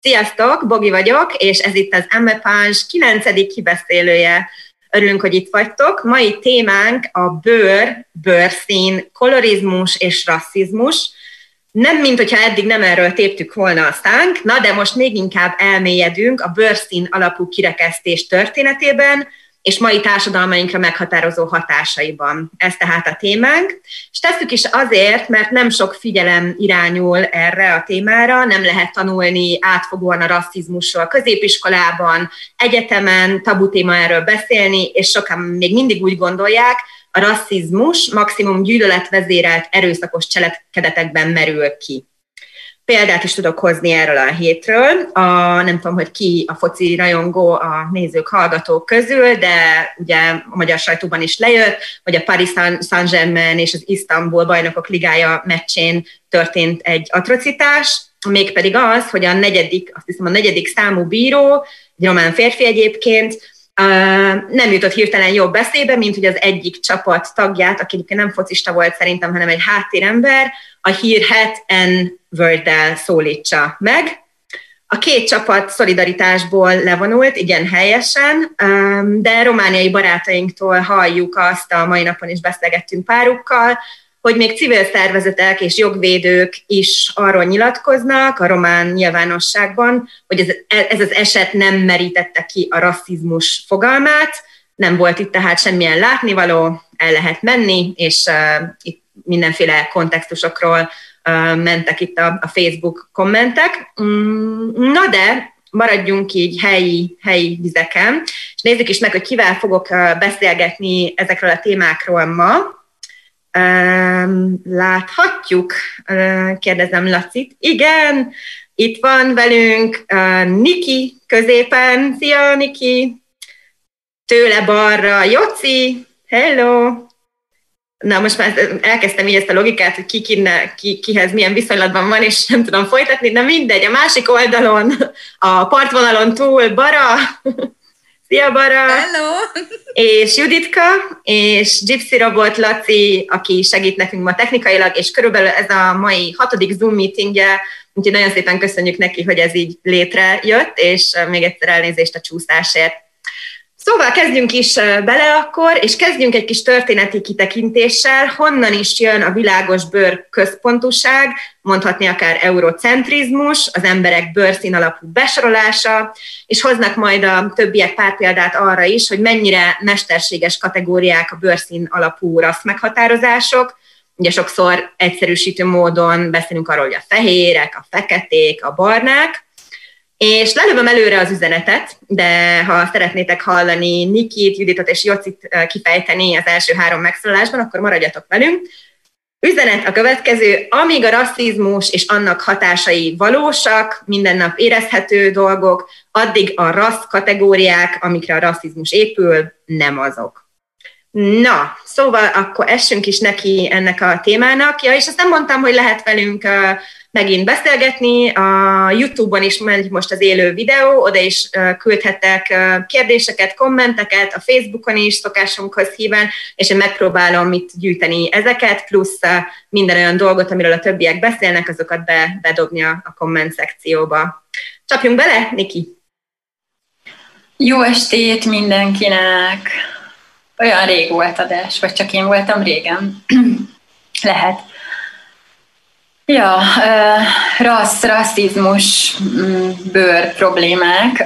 Sziasztok, Bogi vagyok, és ez itt az Emmepáns 9. kibeszélője. Örülünk, hogy itt vagytok. Mai témánk a bőrszín, kolorizmus és rasszizmus. Nem, mint hogyha eddig nem erről téptük volna a szánk, de most még inkább elmélyedünk a bőrszín alapú kirekesztés történetében, és mai társadalmainkra meghatározó hatásaiban. Ez tehát a témánk. És tesszük is azért, mert nem sok figyelem irányul erre a témára, nem lehet tanulni átfogóan a rasszizmusról középiskolában, egyetemen, tabu téma erről beszélni, és sokan még mindig úgy gondolják, a rasszizmus maximum gyűlöletvezérelt erőszakos cselekedetekben merül ki. Példát is tudok hozni erről a hétről. Nem tudom, hogy ki a foci rajongó a nézők, hallgatók közül, de ugye a magyar sajtóban is lejött, hogy a Paris Saint-Germain és az Isztambul bajnokok ligája meccsén történt egy atrocitás, mégpedig az, hogy a negyedik számú bíró, egy román férfi egyébként, nem jutott hirtelen jobb eszébe, mint hogy az egyik csapat tagját, aki nem focista volt szerintem, hanem egy háttérember, a hírhedt N-worddel szólítsa meg. A két csapat szolidaritásból levonult, igen helyesen, de romániai barátainktól halljuk azt, a mai napon is beszélgettünk párukkal, hogy még civil szervezetek és jogvédők is arról nyilatkoznak a román nyilvánosságban, hogy ez az eset nem merítette ki a rasszizmus fogalmát, nem volt itt tehát semmilyen látnivaló, el lehet menni, és itt mindenféle kontextusokról mentek itt a Facebook kommentek. Na de maradjunk így helyi vizeken, és nézzük is meg, hogy kivel fogok beszélgetni ezekről a témákról ma. Láthatjuk, kérdezem Lacit. Igen, itt van velünk Niki középen. Szia, Niki! Tőle balra Joci. Hello! Na, most már elkezdtem így ezt a logikát, hogy kihez milyen viszonylatban van, és nem tudom folytatni, de mindegy, a másik oldalon, a partvonalon túl Bara. Szia, Bara! Hello! És Juditka, és Gypsy Robot Laci, aki segít nekünk ma technikailag, és körülbelül ez a mai 6. Zoom meetingje, úgyhogy nagyon szépen köszönjük neki, hogy ez így létrejött, és még egyszer elnézést a csúszásért. Szóval kezdjünk is bele akkor, és kezdjünk egy kis történeti kitekintéssel, honnan is jön a világos bőr központúság, mondhatni akár eurocentrizmus, az emberek bőrszín alapú besorolása, és hoznak majd a többiek pár példát arra is, hogy mennyire mesterséges kategóriák a bőrszín alapú rassz meghatározások. Ugye sokszor egyszerűsítő módon beszélünk arról, hogy a fehérek, a feketék, a barnák, és lelövöm előre az üzenetet, de ha szeretnétek hallani Nikit, Juditot és Jocit kifejteni az első 3 megszólalásban, akkor maradjatok velünk. Üzenet a következő: amíg a rasszizmus és annak hatásai valósak, minden nap érezhető dolgok, addig a rassz kategóriák, amikre a rasszizmus épül, nem azok. Na, szóval akkor essünk is neki ennek a témának. Ja, és azt nem mondtam, hogy lehet velünk megint beszélgetni. A YouTube-on is megy most az élő videó, oda is küldhetek kérdéseket, kommenteket, a Facebookon is szokásunkhoz híven, és én megpróbálom itt gyűjteni ezeket, plusz minden olyan dolgot, amiről a többiek beszélnek, azokat bedobni a komment szekcióba. Csapjunk bele, Niki! Jó estét mindenkinek! Olyan rég volt adás, vagy csak én voltam régen? Lehet. Ja, rasszizmus, bőr problémák.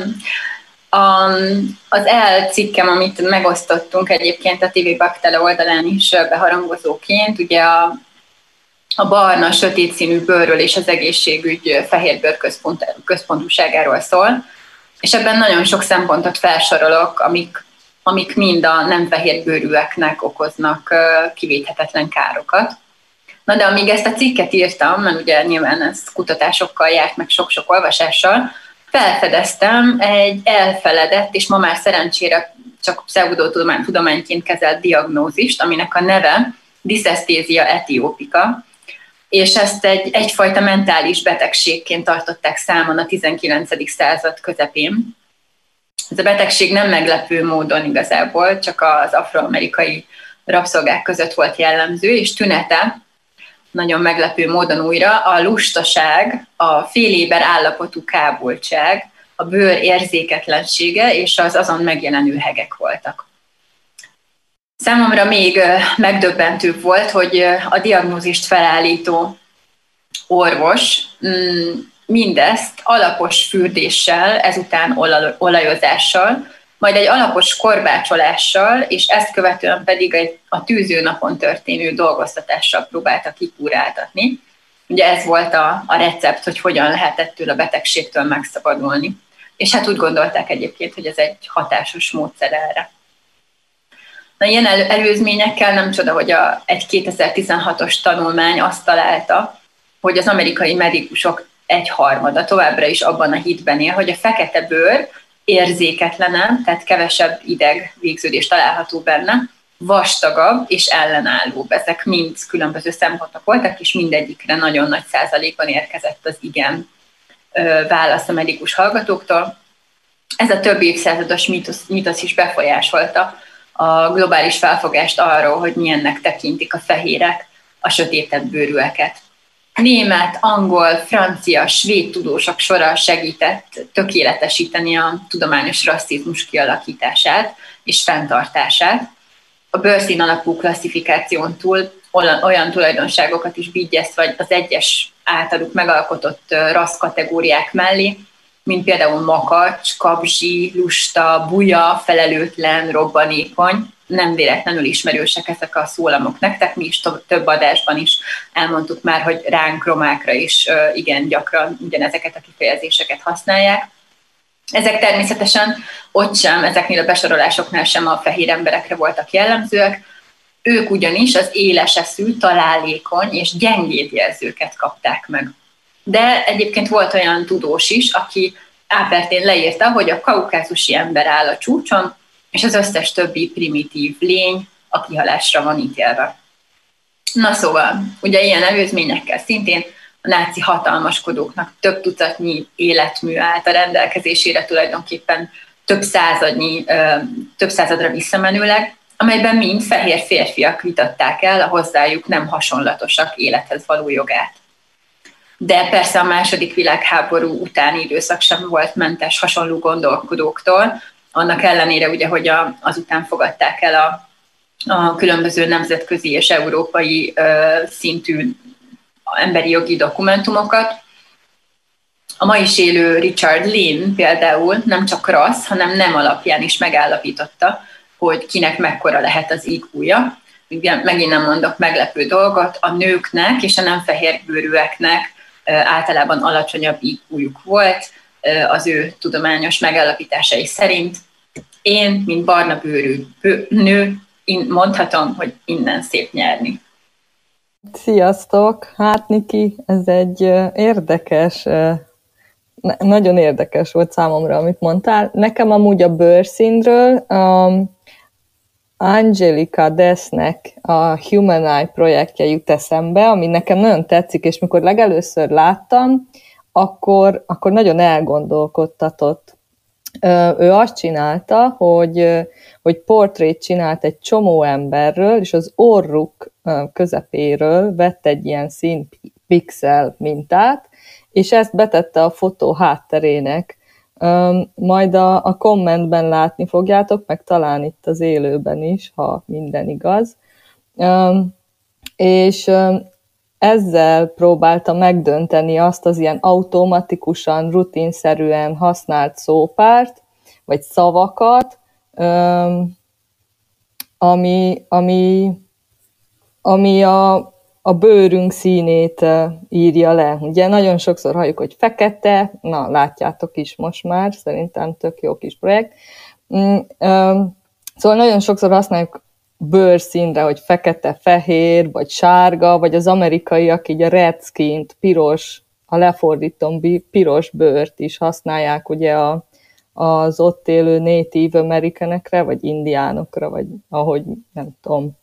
Az cikkem, amit megosztottunk egyébként a TV Baktele oldalán is beharangozóként, ugye a barna, sötét színű bőrről és az egészségügy fehérbőr központúságáról szól, és ebben nagyon sok szempontot felsorolok, amik mind a nem fehérbőrűeknek okoznak kivéthetetlen károkat. Na de amíg ezt a cikket írtam, mert ugye nyilván ez kutatásokkal járt, meg sok-sok olvasással, felfedeztem egy elfeledett, és ma már szerencsére csak pseudotudományként kezelt diagnózist, aminek a neve dyszesztézia etiópika, és ezt egyfajta mentális betegségként tartották számon a 19. század közepén. Ez a betegség nem meglepő módon igazából, csak az afroamerikai rabszolgák között volt jellemző, és tünete nagyon meglepő módon újra, a lustaság, a féléber állapotú kábultság, a bőr érzéketlensége és az azon megjelenő hegek voltak. Számomra még megdöbbentőbb volt, hogy a diagnózist felállító orvos mindezt alapos fürdéssel, ezután olajozással, majd egy alapos korbácsolással, és ezt követően pedig a tűzőnapon történő dolgoztatással próbálta kikúráltatni. Ugye ez volt a recept, hogy hogyan lehet ettől a betegségtől megszabadulni. És hát úgy gondolták egyébként, hogy ez egy hatásos módszer erre. Na, ilyen előzményekkel nem csoda, hogy egy 2016-os tanulmány azt találta, hogy az amerikai medikusok egyharmada továbbra is abban a hitben él, hogy a fekete bőr érzéketlenebb, tehát kevesebb ideg végződés található benne, vastagabb és ellenállóbb. Ezek mind különböző szempontok voltak, és mindegyikre nagyon nagy százalékban érkezett az igen válasz a medikus hallgatóktól. Ez a több évszázados mítosz is befolyásolta a globális felfogást arról, hogy milyennek tekintik a fehérek a sötétebb bőrűeket. Német, angol, francia, svéd tudósok sora segített tökéletesíteni a tudományos rasszizmus kialakítását és fenntartását. A bőrszín alapú klasszifikáción túl olyan tulajdonságokat is vigyezt, vagy az egyes általuk megalkotott rasszkategóriák mellé, mint például makacs, kabzsi, lusta, buja, felelőtlen, robbanékony. Nem véletlenül ismerősek ezek a szólamok nektek, mi is több adásban is elmondtuk már, hogy ránk, romákra is igen gyakran ugyanezeket a kifejezéseket használják. Ezek természetesen ott sem, ezeknél a besorolásoknál sem a fehér emberekre voltak jellemzőek, ők ugyanis az éles eszű, találékony és gyengéd jelzőket kapták meg. De egyébként volt olyan tudós is, aki ápertén leírta, hogy a kaukázusi ember áll a csúcson, és az összes többi primitív lény a kihalásra van ítélve. Na szóval, ugye ilyen előzményekkel szintén a náci hatalmaskodóknak több tucatnyi életmű állt a rendelkezésére, tulajdonképpen több századra visszamenőleg, amelyben mind fehér férfiak vitatták el a hozzájuk nem hasonlatosak élethez való jogát. De persze a II. Világháború utáni időszak sem volt mentes hasonló gondolkodóktól, annak ellenére ugye, hogy azután fogadták el a különböző nemzetközi és európai szintű emberi jogi dokumentumokat. A ma is élő Richard Lynn például nem csak rassz, hanem nem alapján is megállapította, hogy kinek mekkora lehet az IQ-ja. Megint nem mondok meglepő dolgot, a nőknek és a nem fehérbőrűeknek általában alacsonyabb IQ-juk volt, az ő tudományos megállapításai szerint. Én, mint barna bőrű nő, mondhatom, hogy innen szép nyerni. Sziasztok! Hát Niki, ez egy érdekes, nagyon érdekes volt számomra, amit mondtál. Nekem amúgy a bőrszínről Angelica Dessnek a Human Eye projektje jut eszembe, ami nekem nagyon tetszik, és mikor legelőször láttam, akkor nagyon elgondolkodtatott. Ő azt csinálta, hogy portrét csinált egy csomó emberről, és az orruk közepéről vett egy ilyen színpixel mintát, és ezt betette a fotó hátterének. Majd a kommentben látni fogjátok, meg talán itt az élőben is, ha minden igaz. És ezzel próbálta megdönteni azt az ilyen automatikusan, rutinszerűen használt szópárt, vagy szavakat, ami a bőrünk színét írja le. Ugye nagyon sokszor halljuk, hogy fekete, na látjátok is most már, szerintem tök jó kis projekt. Szóval nagyon sokszor használjuk bőrszínre, hogy fekete, fehér, vagy sárga, vagy az amerikaiak így a red skin-t, piros, a lefordítom piros bőrt is használják ugye az ott élő Native Americanekre, vagy indiánokra, vagy ahogy nem tudom,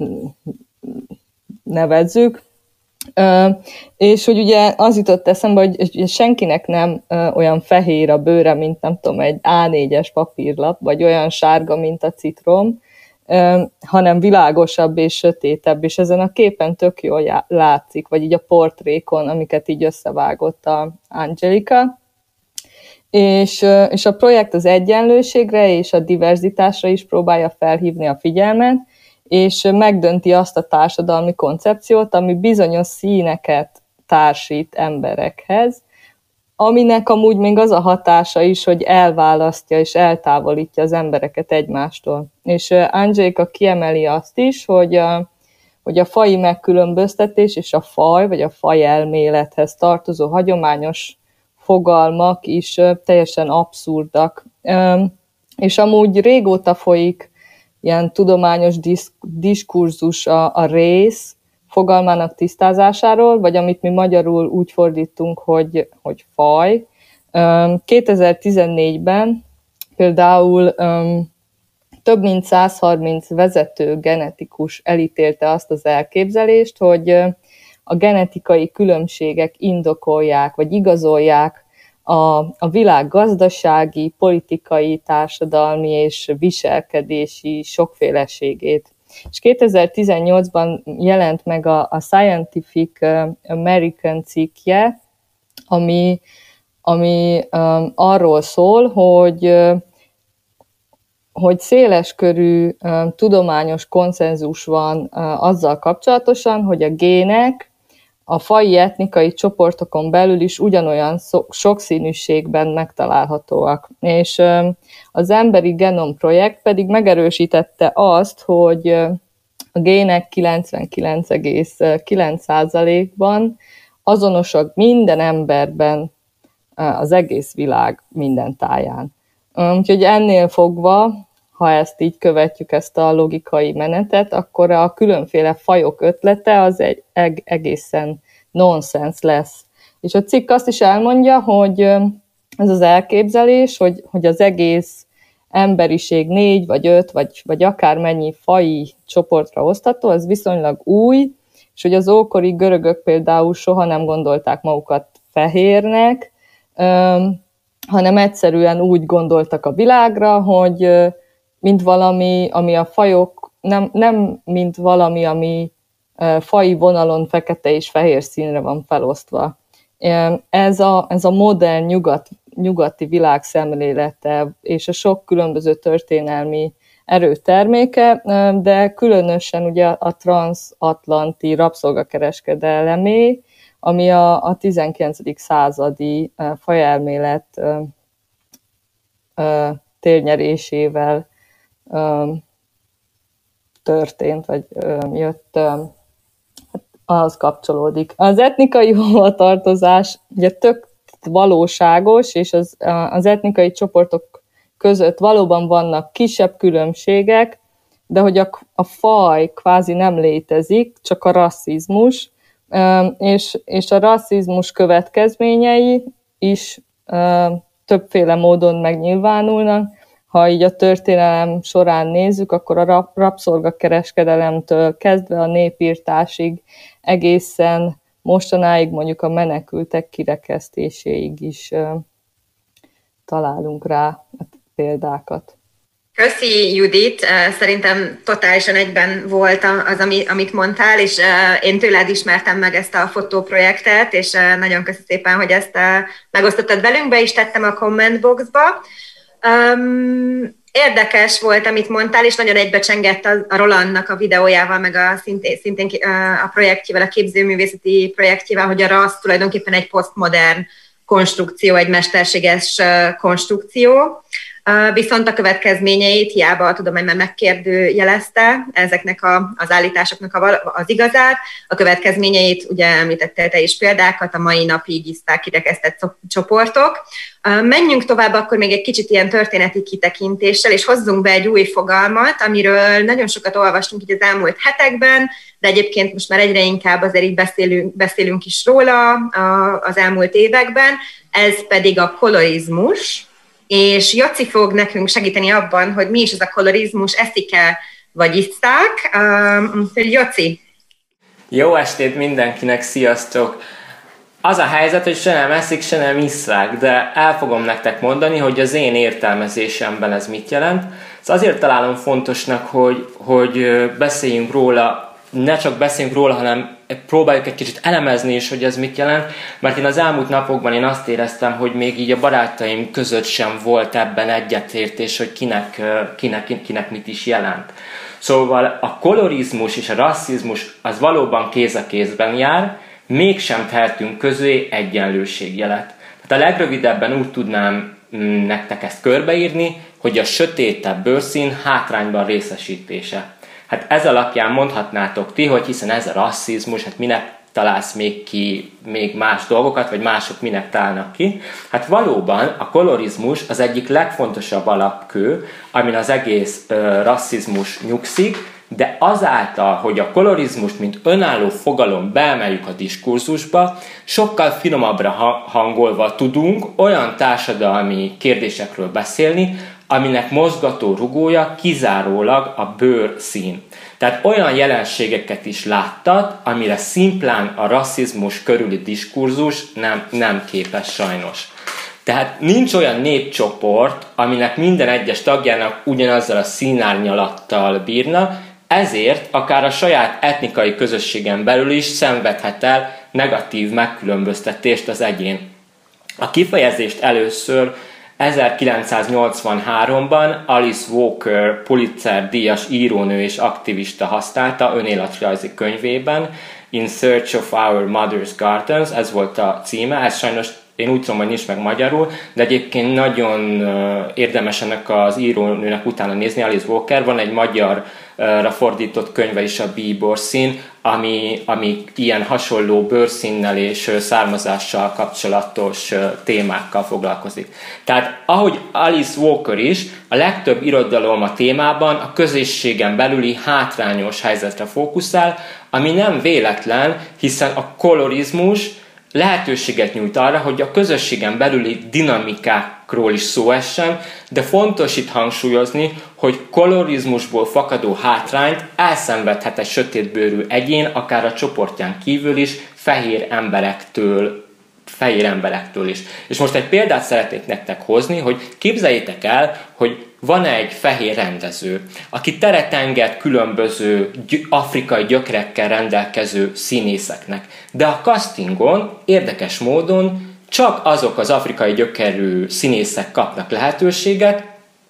nevezzük. És hogy ugye az jutott eszembe, hogy senkinek nem olyan fehér a bőre, mint nem tudom, egy A4-es papírlap, vagy olyan sárga, mint a citrom, hanem világosabb és sötétebb, és ezen a képen tök jól látszik, vagy így a portrékon, amiket így összevágott a Angelika. És a projekt az egyenlőségre és a diverzitásra is próbálja felhívni a figyelmet, és megdönti azt a társadalmi koncepciót, ami bizonyos színeket társít emberekhez, aminek amúgy még az a hatása is, hogy elválasztja és eltávolítja az embereket egymástól. És Angelika kiemeli azt is, hogy a faji megkülönböztetés és a faj, vagy a fajelmélethez tartozó hagyományos fogalmak is teljesen abszurdak. És amúgy régóta folyik ilyen tudományos diskurzus a rész fogalmának tisztázásáról, vagy amit mi magyarul úgy fordítunk, hogy faj. 2014-ben például több mint 130 vezető genetikus elítélte azt az elképzelést, hogy a genetikai különbségek indokolják, vagy igazolják a világ gazdasági, politikai, társadalmi és viselkedési sokféleségét. És 2018-ban jelent meg a Scientific American cikkje, ami arról szól, hogy széleskörű tudományos konszenzus van azzal kapcsolatosan, hogy a gének a faji etnikai csoportokon belül is ugyanolyan sokszínűségben megtalálhatóak. És az Emberi Genom Projekt pedig megerősítette azt, hogy a gének 99,9%-ban azonosak minden emberben, az egész világ minden táján. Úgyhogy ennél fogva, ha ezt így követjük, ezt a logikai menetet, akkor a különféle fajok ötlete az egy egészen nonsens lesz. És a cikk azt is elmondja, hogy ez az elképzelés, hogy az egész emberiség 4 vagy 5 vagy akármennyi faji csoportra osztható, az viszonylag új, és hogy az ókori görögök például soha nem gondolták magukat fehérnek, hanem egyszerűen úgy gondoltak a világra, hogy mint valami, ami a fajok, nem mint valami, ami faji vonalon fekete és fehér színre van felosztva. Ez a modern nyugati világ szemlélete és a sok különböző történelmi erő terméke, de különösen ugye a transatlanti rabszolgakereskedelemé, ami a 19. századi fajelmélet térnyerésével történt, vagy jött, ahhoz kapcsolódik. Az etnikai hovatartozás ugye tök valóságos, és az etnikai csoportok között valóban vannak kisebb különbségek, de hogy a faj kvázi nem létezik, csak a rasszizmus, és a rasszizmus következményei is többféle módon megnyilvánulnak. Ha így a történelem során nézzük, akkor a rabszolgakereskedelemtől kezdve a népirtásig egészen mostanáig mondjuk a menekültek kirekesztéséig is találunk rá példákat. Köszi, Judit. Szerintem totálisan egyben volt az, amit mondtál, és én tőled ismertem meg ezt a fotóprojektet, és nagyon köszi szépen, hogy ezt megosztottad velünk, be is tettem a kommentboxba. Érdekes volt, amit mondtál, és nagyon egybecsengett a Rolandnak a videójával, meg szintén a projektjével, a képzőművészeti projektjével, hogy a rassz tulajdonképpen egy posztmodern konstrukció, egy mesterséges konstrukció. Viszont a következményeit hiába a tudomány már megkérdőjelezte ezeknek az állításoknak az igazát. A következményeit, ugye említettél te is példákat, a mai napig iszták kirekesztett csoportok. Menjünk tovább akkor még egy kicsit ilyen történeti kitekintéssel, és hozzunk be egy új fogalmat, amiről nagyon sokat olvastunk így az elmúlt hetekben, de egyébként most már egyre inkább azért így beszélünk is róla az elmúlt években, ez pedig a kolorizmus. És Joci fog nekünk segíteni abban, hogy mi is ez a kolorizmus, eszik-e, vagy isszák. Joci. Jó estét mindenkinek, sziasztok! az a helyzet, hogy se nem eszik, se nem isszák, de el fogom nektek mondani, hogy az én értelmezésemben ez mit jelent. Ez azért találom fontosnak, hogy beszéljünk róla, ne csak beszéljünk róla, hanem próbáljuk egy kicsit elemezni is, hogy ez mit jelent, mert én az elmúlt napokban én azt éreztem, hogy még így a barátaim között sem volt ebben egyetértés, hogy kinek mit is jelent. Szóval a kolorizmus és a rasszizmus az valóban kéz a kézben jár, mégsem tehetünk közé egyenlőségjelet. Tehát a legrövidebben úgy tudnám nektek ezt körbeírni, hogy a sötétebb bőrszín hátrányban részesítése. Hát ez alapján mondhatnátok ti, hogy hiszen ez a rasszizmus, hát minek találsz még más dolgokat, vagy mások minek találnak ki. Hát valóban a kolorizmus az egyik legfontosabb alapkő, amin az egész rasszizmus nyugszik, de azáltal, hogy a kolorizmust, mint önálló fogalom beemeljük a diskurzusba, sokkal finomabbra hangolva tudunk olyan társadalmi kérdésekről beszélni, aminek mozgató rugója kizárólag a bőrszín. Tehát olyan jelenségeket is láttat, amire szimplán a rasszizmus körüli diskurzus nem képes sajnos. Tehát nincs olyan népcsoport, aminek minden egyes tagjának ugyanazzal a színárnyalattal bírna, ezért akár a saját etnikai közösségen belül is szenvedhet el negatív megkülönböztetést az egyén. A kifejezést először 1983-ban Alice Walker Pulitzer-díjas írónő és aktivista használta önéletrajzi könyvében, In Search of Our Mother's Gardens, ez volt a címe, ez sajnos én úgy tudom, hogy nincs meg magyarul, de egyébként nagyon érdemes ennek az írónőnek utána nézni, Alice Walker, van egy magyarra fordított könyve is, a bíborszín, ami ilyen hasonló bőrszínnel és származással kapcsolatos témákkal foglalkozik. Tehát ahogy Alice Walker is, a legtöbb irodalom a témában a közösségen belüli hátrányos helyzetre fókuszál, ami nem véletlen, hiszen a kolorizmus lehetőséget nyújt arra, hogy a közösségen belüli dinamikákról is szó essen, de fontos itt hangsúlyozni, hogy kolorizmusból fakadó hátrányt elszenvedhet egy sötétbőrű egyén, akár a csoportján kívül is, fehér emberektől is. És most egy példát szeretnék nektek hozni, hogy képzeljétek el, hogy van egy fehér rendező, aki teret enged különböző afrikai gyökerekkel rendelkező színészeknek. De a castingon érdekes módon csak azok az afrikai gyökerű színészek kapnak lehetőséget,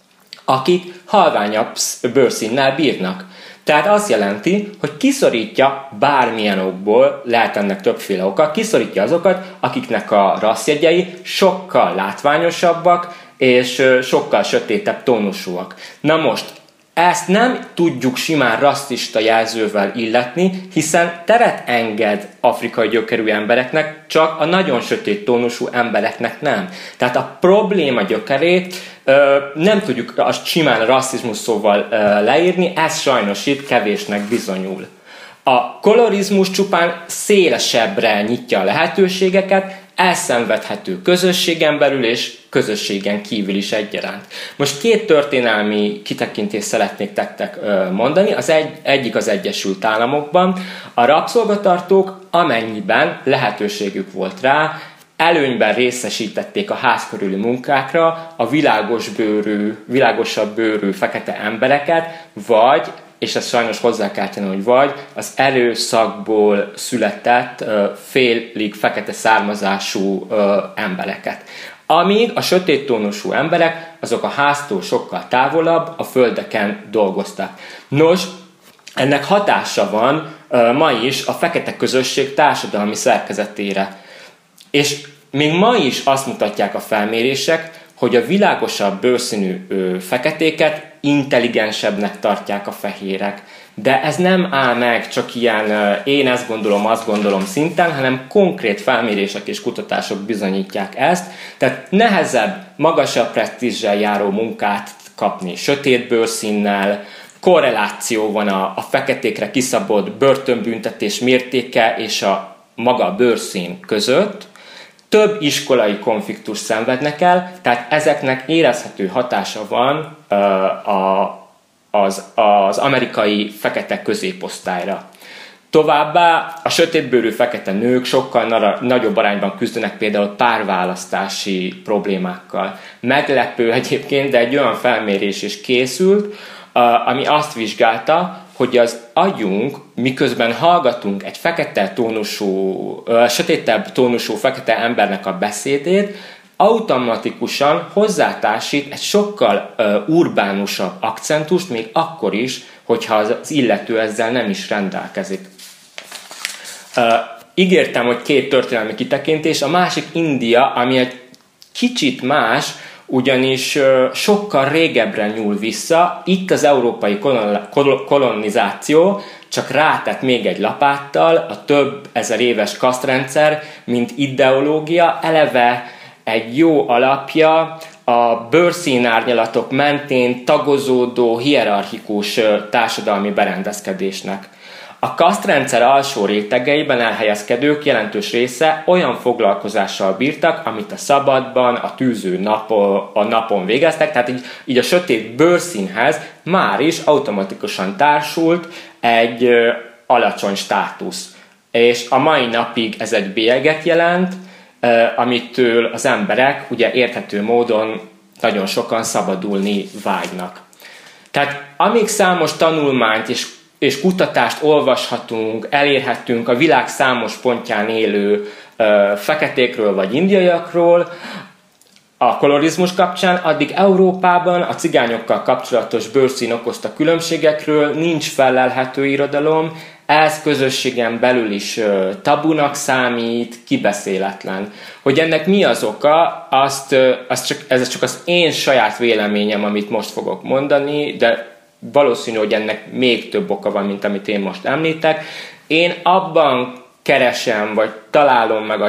akik halványabb bőrszínnel bírnak. Tehát azt jelenti, hogy kiszorítja bármilyen okból, lehet ennek többféle oka, kiszorítja azokat, akiknek a rasszjegyei sokkal látványosabbak, és sokkal sötétebb tónusúak. Na most, ezt nem tudjuk simán rasszista jelzővel illetni, hiszen teret enged afrikai gyökerű embereknek, csak a nagyon sötét tónusú embereknek nem. Tehát a probléma gyökerét nem tudjuk azt simán rasszizmus szóval leírni, ez sajnos itt kevésnek bizonyul. A kolorizmus csupán szélesebbre nyitja a lehetőségeket, elszenvedhető közösségen belül és közösségen kívül is egyaránt. Most két történelmi kitekintést szeretnék nektek mondani. Az egyik az Egyesült Államokban. A rabszolgatartók, amennyiben lehetőségük volt rá, előnyben részesítették a ház körüli munkákra a világosabb bőrű fekete embereket, vagy, és ezt sajnos hozzá kell tenni, hogy vagy az erőszakból született félig fekete származású embereket. Amíg a sötét tónusú emberek, azok a háztól sokkal távolabb, a földeken dolgoztak. Nos, ennek hatása van ma is a fekete közösség társadalmi szerkezetére. És még ma is azt mutatják a felmérések, hogy a világosabb bőrszínű feketéket intelligensebbnek tartják a fehérek. De ez nem áll meg csak ilyen én ezt gondolom, azt gondolom szinten, hanem konkrét felmérések és kutatások bizonyítják ezt. Tehát nehezebb, magasabb presztízsel járó munkát kapni sötét bőrszínnel, korreláció van a feketékre kiszabott börtönbüntetés mértéke és a maga bőrszín között, több iskolai konfliktust szenvednek el, tehát ezeknek érezhető hatása van az amerikai fekete középosztályra. Továbbá a sötétbőrű fekete nők sokkal nagyobb arányban küzdenek például párválasztási problémákkal. Meglepő egyébként, de egy olyan felmérés is készült, ami azt vizsgálta, hogy az agyunk, miközben hallgatunk egy fekete tónusú, sötétebb tónusú fekete embernek a beszédét, automatikusan hozzátársít egy sokkal urbánusabb akcentust, még akkor is, hogyha az illető ezzel nem is rendelkezik. Ígértem, hogy 2 történelmi kitekintés, a másik India, ami egy kicsit más, ugyanis sokkal régebbre nyúl vissza. Itt az európai kolonizáció csak rátett még egy lapáttal, a több ezer éves kasztrendszer, mint ideológia, eleve egy jó alapja a bőrszínárnyalatok mentén tagozódó hierarchikus társadalmi berendezkedésnek. A kasztrendszer alsó rétegeiben elhelyezkedők jelentős része olyan foglalkozással bírtak, amit a szabadban, a tűző napon végeztek, tehát így a sötét bőrszínhez már is automatikusan társult egy alacsony státusz. És a mai napig ez egy bélyeget jelent, amitől az emberek ugye érthető módon nagyon sokan szabadulni vágynak. Tehát amíg számos tanulmányt és kutatást olvashatunk, elérhetünk a világ számos pontján élő feketékről vagy indiaiakról, a kolorizmus kapcsán, addig Európában a cigányokkal kapcsolatos bőrszín okozta különbségekről nincs felelhető irodalom, ez közösségen belül is tabunak számít, kibeszéletlen. Hogy ennek mi az oka, ez csak az én saját véleményem, amit most fogok mondani, de valószínű, hogy ennek még több oka van, mint amit én most említek. Én abban keresem, vagy találom meg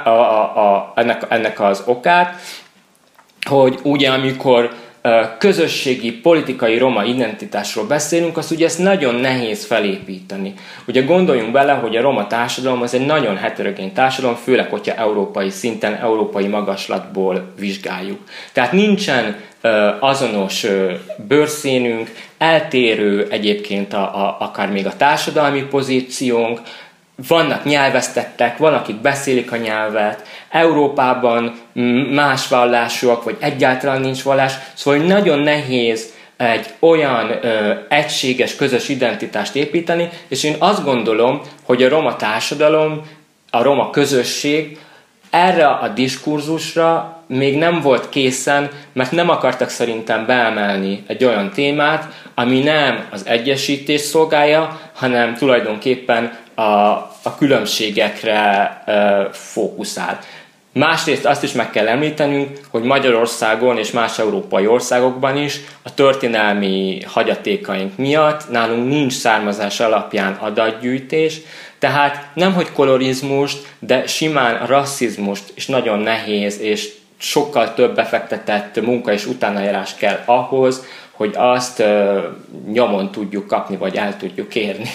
ennek az okát, hogy ugye amikor közösségi, politikai roma identitásról beszélünk, azt ugye ezt nagyon nehéz felépíteni. Ugye gondoljunk bele, hogy a roma társadalom az egy nagyon heterogén társadalom, főleg, hogyha európai szinten, európai magaslatból vizsgáljuk. Tehát nincsen azonos bőrszínünk, eltérő egyébként akár még a társadalmi pozíciónk, vannak nyelvesztettek, van, akik beszélik a nyelvet, Európában más vallásúak, vagy egyáltalán nincs vallás, szóval nagyon nehéz egy olyan egységes, közös identitást építeni, és én azt gondolom, hogy a roma társadalom, a roma közösség erre a diskurzusra még nem volt készen, mert nem akartak szerintem beemelni egy olyan témát, ami nem az egyesítés szolgálja, hanem tulajdonképpen a különbségekre fókuszál. Másrészt azt is meg kell említenünk, hogy Magyarországon és más európai országokban is a történelmi hagyatékaink miatt nálunk nincs származás alapján adatgyűjtés, tehát nemhogy kolorizmust, de simán a rasszizmust is nagyon nehéz és sokkal több befektetett munka és utánajárás kell ahhoz, hogy azt nyomon tudjuk kapni, vagy el tudjuk érni.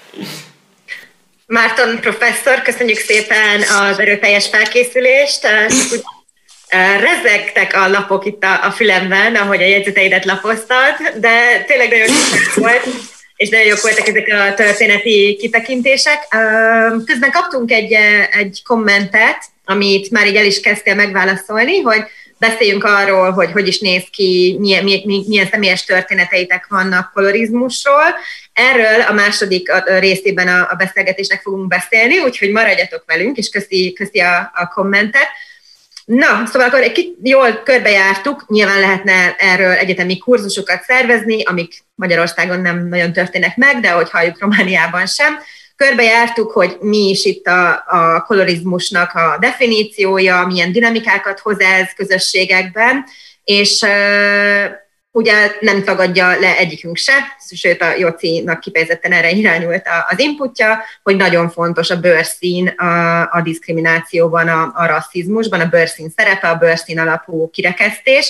Márton professzor, köszönjük szépen az erőteljes felkészülést. Rezegtek a lapok itt a fülemben, ahogy a jegyzeteidet lapoztad, de tényleg nagyon jó volt, és nagyon jók voltak ezek a történeti kitekintések. Közben kaptunk egy kommentet, amit már így el is kezdtél megválaszolni, hogy beszéljünk arról, hogy is néz ki, milyen személyes történeteitek vannak kolorizmusról. Erről a második részében a beszélgetésnek fogunk beszélni, úgyhogy maradjatok velünk, és köszi a kommentet. Na, szóval akkor jól körbejártuk, nyilván lehetne erről egyetemi kurzusokat szervezni, amik Magyarországon nem nagyon történnek meg, de ahogy halljuk, Romániában sem. Körbejártuk, hogy mi is itt a kolorizmusnak a definíciója, milyen dinamikákat hoz ez közösségekben, és ugye nem tagadja le egyikünk se, sőt a Jocinak kifejezetten erre irányult az inputja, hogy nagyon fontos a bőrszín a diszkriminációban, a rasszizmusban, a bőrszín szerepe, a bőrszín alapú kirekesztés.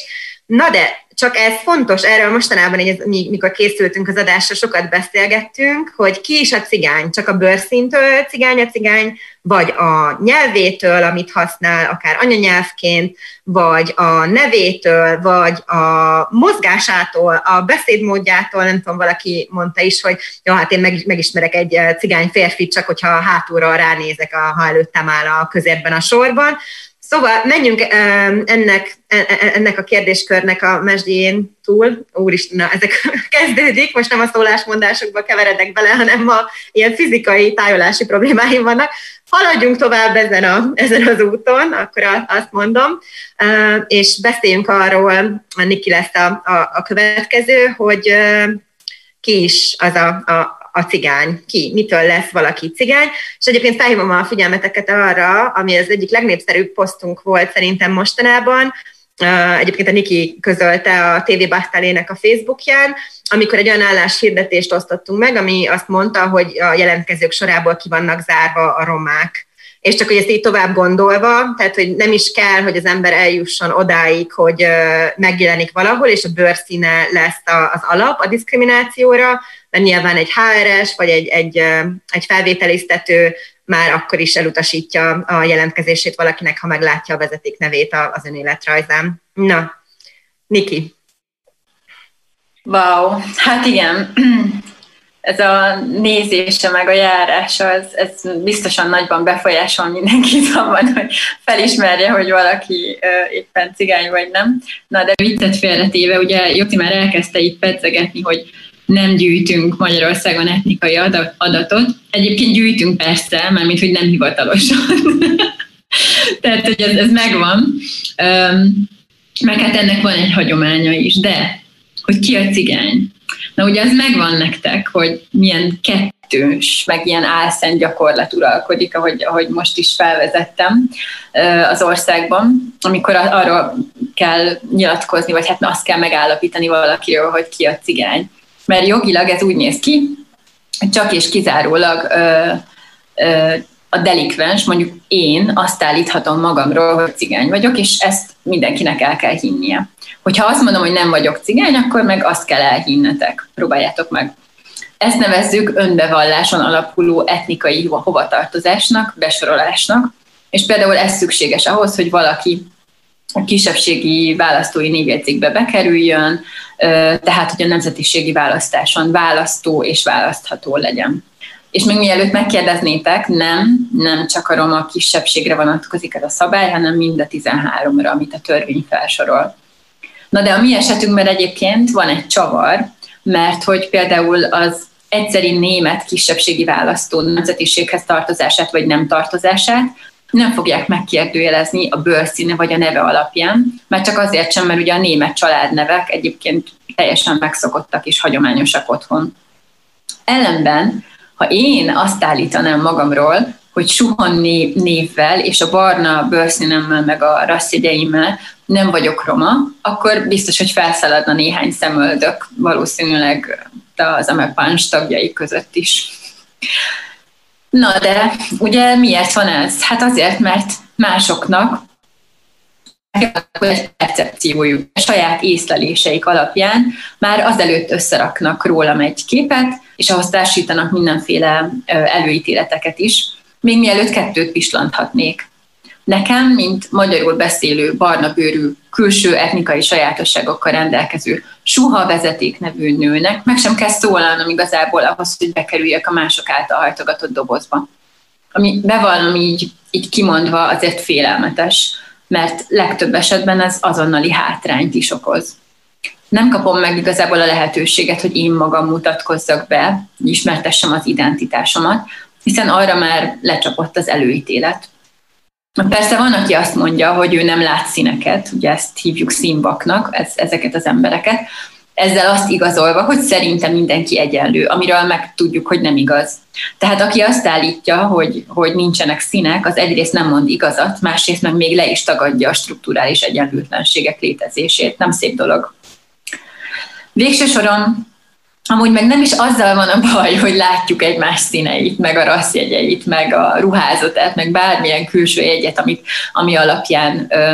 Na de csak ez fontos, erről mostanában, mikor készültünk az adásra, sokat beszélgettünk, hogy ki is a cigány, csak a bőrszíntől cigány a cigány, vagy a nyelvétől, amit használ, akár anyanyelvként, vagy a nevétől, vagy a mozgásától, a beszédmódjától, nem tudom, valaki mondta is, hogy jó, hát én megismerek egy cigány férfit, csak hogyha hátulról ránézek, ha előttem áll a közérben a sorban. Szóval menjünk ennek a kérdéskörnek a mesdjén túl. Úristen, ezek kezdődik, most nem a szólásmondásokba keveredek bele, hanem ma ilyen fizikai tájolási problémáim vannak. Haladjunk tovább ezen az úton, akkor azt mondom, és beszéljünk arról, Niki lesz a következő, hogy ki is az a cigány, mitől lesz valaki cigány, és egyébként felhívom a figyelmeteket arra, ami az egyik legnépszerűbb posztunk volt szerintem mostanában, egyébként a Niki közölte a TV Bachtalének a Facebookján, amikor egy olyan álláshirdetést osztottunk meg, ami azt mondta, hogy a jelentkezők sorából ki vannak zárva a romák. És csak, hogy ezt így tovább gondolva, tehát, hogy nem is kell, hogy az ember eljusson odáig, hogy megjelenik valahol, és a bőrszíne lesz az alap a diszkriminációra, mert nyilván egy HRS, vagy egy felvételiztető már akkor is elutasítja a jelentkezését valakinek, ha meglátja a vezetéknevét az önéletrajzán. Na, Niki. Wow, hát igen. Ez a nézése meg a járása, ez biztosan nagyban befolyásol mindenkit abban, hogy felismerje, hogy valaki éppen cigány vagy nem. Na, de viccet félretéve, ugye Joti már elkezdte itt pedzegetni, hogy nem gyűjtünk Magyarországon etnikai adatot. Egyébként gyűjtünk persze, mármint, hogy nem hivatalosan. Tehát, hogy ez megvan. Meg hát ennek van egy hagyománya is, de hogy ki a cigány? Na ugye az megvan nektek, hogy milyen kettős, meg ilyen álszent gyakorlat uralkodik, ahogy most is felvezettem az országban, amikor arról kell nyilatkozni, vagy hát azt kell megállapítani valakiről, hogy ki a cigány. Mert jogilag ez úgy néz ki, hogy csak és kizárólag a delikvens, mondjuk én azt állíthatom magamról, hogy cigány vagyok, és ezt mindenkinek el kell hinnie. Hogyha azt mondom, hogy nem vagyok cigány, akkor meg azt kell elhinnetek. Próbáljátok meg. Ezt nevezzük önbevalláson alapuló etnikai hovatartozásnak, besorolásnak, és például ez szükséges ahhoz, hogy valaki a kisebbségi választói névjegyzékbe bekerüljön, tehát, hogy a nemzetiségi választáson választó és választható legyen. És még mielőtt megkérdeznétek, nem csak a roma kisebbségre vonatkozik ez a szabály, hanem mind a 13-ra, amit a törvény felsorol. Na de a mi esetünkben egyébként van egy csavar, mert hogy például az egyszeri német kisebbségi választó nemzetiséghez tartozását vagy nem tartozását nem fogják megkérdőjelezni a bőrszíne vagy a neve alapján, mert csak azért sem, mert ugye a német családnevek egyébként teljesen megszokottak és hagyományosak otthon. Ellenben, ha én azt állítanám magamról, hogy Suhon névvel és a barna bőrszínemmel meg a rasszjegyeimmel nem vagyok roma, akkor biztos, hogy felszaladna néhány szemöldök, valószínűleg az Amepáns tagjai között is. Na de, ugye miért van ez? Hát azért, mert másoknak egy percepciójuk, a saját észleléseik alapján már azelőtt összeraknak rólam egy képet, és ahhoz társítanak mindenféle előítéleteket is, még mielőtt kettőt pislanthatnék. Nekem, mint magyarul beszélő, barna bőrű, külső etnikai sajátosságokkal rendelkező suha vezetéknevű nőnek meg sem kell szólalnom igazából ahhoz, hogy bekerüljek a mások által hajtogatott dobozba. Ami bevallom így kimondva azért félelmetes, mert legtöbb esetben ez azonnali hátrányt is okoz. Nem kapom meg igazából a lehetőséget, hogy én magam mutatkozzak be, ismertessem az identitásomat, hiszen arra már lecsapott az előítélet. Persze van, aki azt mondja, hogy ő nem lát színeket, ugye ezt hívjuk színvaknak, ezeket az embereket, ezzel azt igazolva, hogy szerintem mindenki egyenlő, amiről meg tudjuk, hogy nem igaz. Tehát aki azt állítja, hogy nincsenek színek, az egyrészt nem mond igazat, másrészt meg még le is tagadja a strukturális egyenlőtlenségek létezését. Nem szép dolog. Végső soron amúgy meg nem is azzal van a baj, hogy látjuk egymás színeit, meg a rasszjegyeit, meg a ruházatát, meg bármilyen külső jegyet, ami alapján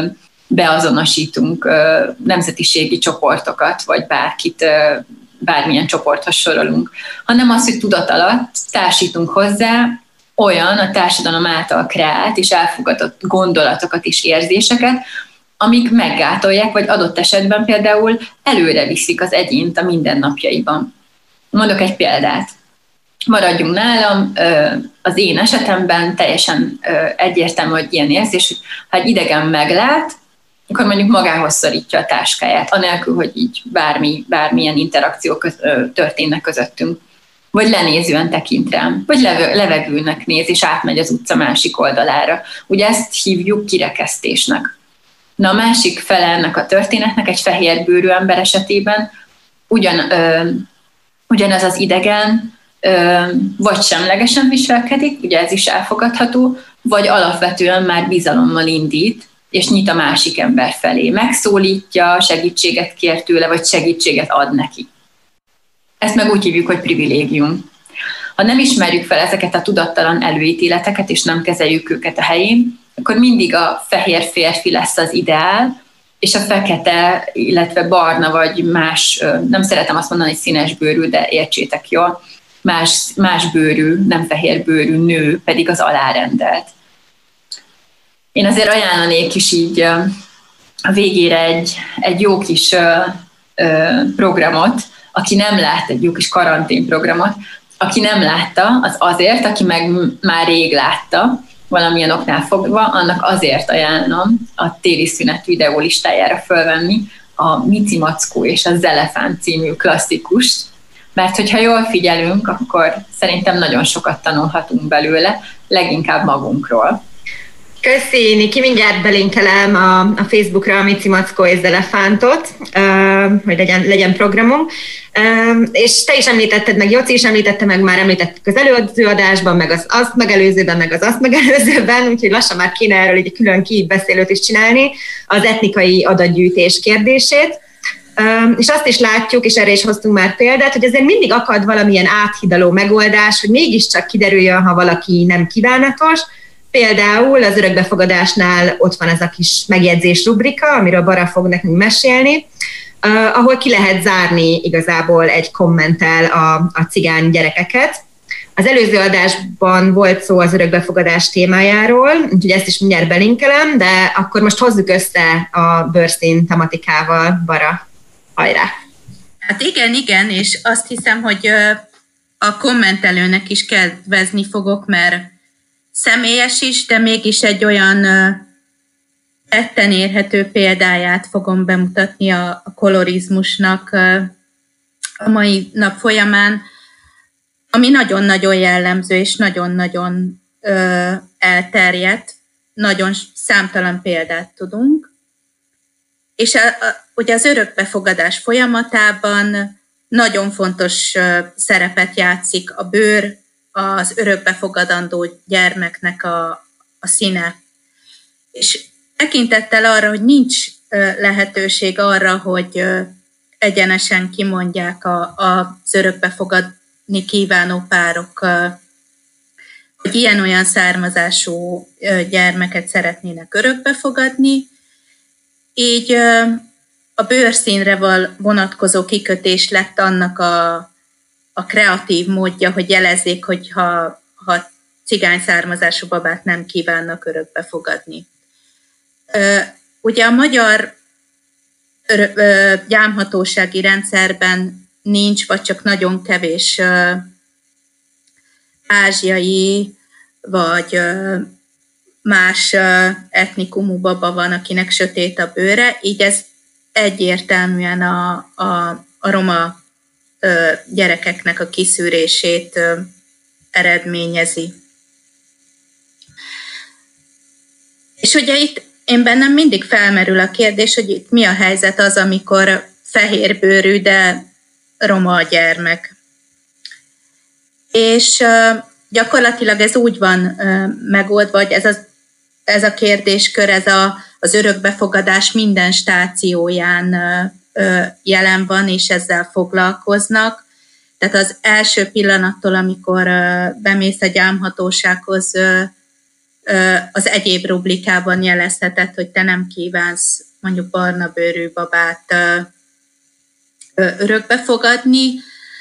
beazonosítunk nemzetiségi csoportokat, vagy bárkit, bármilyen csoporthoz sorolunk, hanem az, hogy tudat alatt társítunk hozzá olyan a társadalom által kreált és elfogadott gondolatokat és érzéseket, amik meggátolják, vagy adott esetben például előre viszik az egyént a mindennapjaiban. Mondok egy példát. Maradjunk nálam, az én esetemben teljesen egyértelmű, hogy ilyen érzés, hogy ha egy idegen meglát, akkor mondjuk magához szorítja a táskáját, anélkül, hogy így bármilyen interakció történnek közöttünk. Vagy lenézően tekint rám, vagy levegőnek néz, és átmegy az utca másik oldalára. Ugye ezt hívjuk kirekesztésnek. Na a másik fele ennek a történetnek egy fehérbőrű ember esetében ugyanez az idegen vagy semlegesen viselkedik, ugye ez is elfogadható, vagy alapvetően már bizalommal indít, és nyit a másik ember felé. Megszólítja, segítséget kér tőle, vagy segítséget ad neki. Ezt meg úgy hívjuk, hogy privilégium. Ha nem ismerjük fel ezeket a tudattalan előítéleteket, és nem kezeljük őket a helyén, akkor mindig a fehér férfi lesz az ideál, és a fekete, illetve barna, vagy más, nem szeretem azt mondani, hogy színes bőrű, de értsétek jól, más bőrű, nem fehér bőrű nő pedig az alárendelt. Én azért ajánlanék is így a végére egy jó kis programot, aki nem lát, egy jó kis karanténprogramot, aki nem látta, az azért, aki meg már rég látta, valamilyen oknál fogva, annak azért ajánlom a téli szünet videólistájára fölvenni a Mici Mackó és az Elefánt című klasszikust, mert hogyha jól figyelünk, akkor szerintem nagyon sokat tanulhatunk belőle, leginkább magunkról. Köszi, Niki, mindjárt belinkelem a Facebookra a Mici Mackó és az Elefántot, hogy legyen programom. És te is említetted, meg Joci is említette, meg már említettük az előző adásban, meg az azt megelőzőben, meg az azt megelőzőben, úgyhogy lassan már kéne erről egy külön kibeszélőt is csinálni, az etnikai adatgyűjtés kérdését. És azt is látjuk, és erre is hoztunk már példát, hogy azért mindig akad valamilyen áthidaló megoldás, hogy mégiscsak kiderüljön, ha valaki nem kívánatos. Például az örökbefogadásnál ott van ez a kis megjegyzés rubrika, amiről Bara fog nekünk mesélni, ahol ki lehet zárni igazából egy kommenttel a cigány gyerekeket. Az előző adásban volt szó az örökbefogadás témájáról, úgyhogy ezt is mindjárt belinkelem, de akkor most hozzuk össze a bőrszín tematikával, Bara. Hajrá! Hát igen, és azt hiszem, hogy a kommentelőnek is kedvezni fogok, mert személyes is, de mégis egy olyan tetten érhető példáját fogom bemutatni a kolorizmusnak a mai nap folyamán, ami nagyon-nagyon jellemző és nagyon-nagyon elterjedt, nagyon számtalan példát tudunk. És ugye az örökbefogadás folyamatában nagyon fontos szerepet játszik a bőr, az örökbefogadandó gyermeknek a színe. És tekintettel arra, hogy nincs lehetőség arra, hogy egyenesen kimondják az örökbefogadni kívánó párok, hogy ilyen-olyan származású gyermeket szeretnének örökbefogadni, így a bőrszínre vonatkozó kikötés lett annak a kreatív módja, hogy jelezzék, hogy ha cigány származású babát nem kívánnak örökbefogadni. Ugye a magyar gyámhatósági rendszerben nincs, vagy csak nagyon kevés ázsiai, vagy más etnikumú baba van, akinek sötét a bőre, így ez egyértelműen a roma gyerekeknek a kiszűrését eredményezi. És ugye itt én bennem mindig felmerül a kérdés, hogy itt mi a helyzet az, amikor fehérbőrű, de roma a gyermek. És gyakorlatilag ez úgy van megoldva, hogy ez a kérdéskör, az örökbefogadás minden stációján jelen van, és ezzel foglalkoznak. Tehát az első pillanattól, amikor bemész a gyámhatósághoz az egyéb rublikában jelezheted, hogy te nem kívánsz mondjuk barna bőrű babát örökbe fogadni,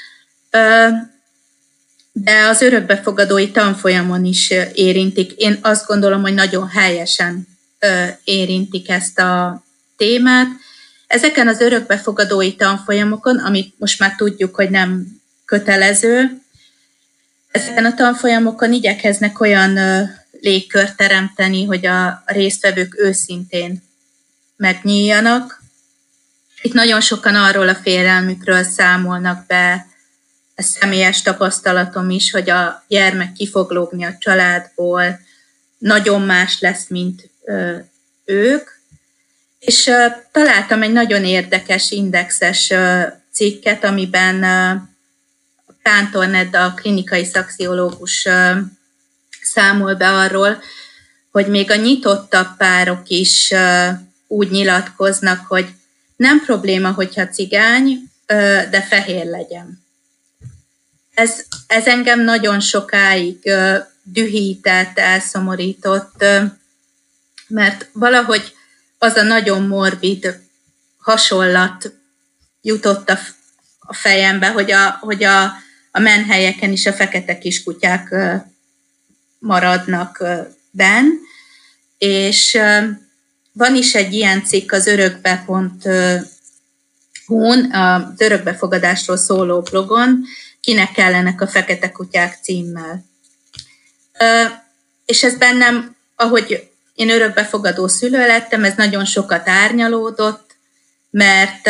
de az örökbefogadói tanfolyamon is érintik. Én azt gondolom, hogy nagyon helyesen érintik ezt a témát. Ezeken az örökbefogadói tanfolyamokon, amit most már tudjuk, hogy nem kötelező, ezeken a tanfolyamokon igyekeznek olyan légkört teremteni, hogy a résztvevők őszintén megnyíljanak. Itt nagyon sokan arról a félelmükről számolnak be, ez személyes tapasztalatom is, hogy a gyermek ki fog lógni a családból, nagyon más lesz, mint ők. És találtam egy nagyon érdekes indexes cikket, amiben Kántor Nedda, a klinikai szaxiológus számol be arról, hogy még a nyitottabb párok is úgy nyilatkoznak, hogy nem probléma, hogyha cigány, de fehér legyen. Ez engem nagyon sokáig dühített, elszomorított, mert valahogy az a nagyon morbid hasonlat jutott a fejembe, hogy a menhelyeken is a fekete kiskutyák maradnak benn, és van is egy ilyen cikk az örökbe.hu-n, az örökbefogadásról szóló blogon, Kinek kellenek a fekete kutyák címmel. És ez bennem, ahogy én örökbefogadó szülő lettem, ez nagyon sokat árnyalódott, mert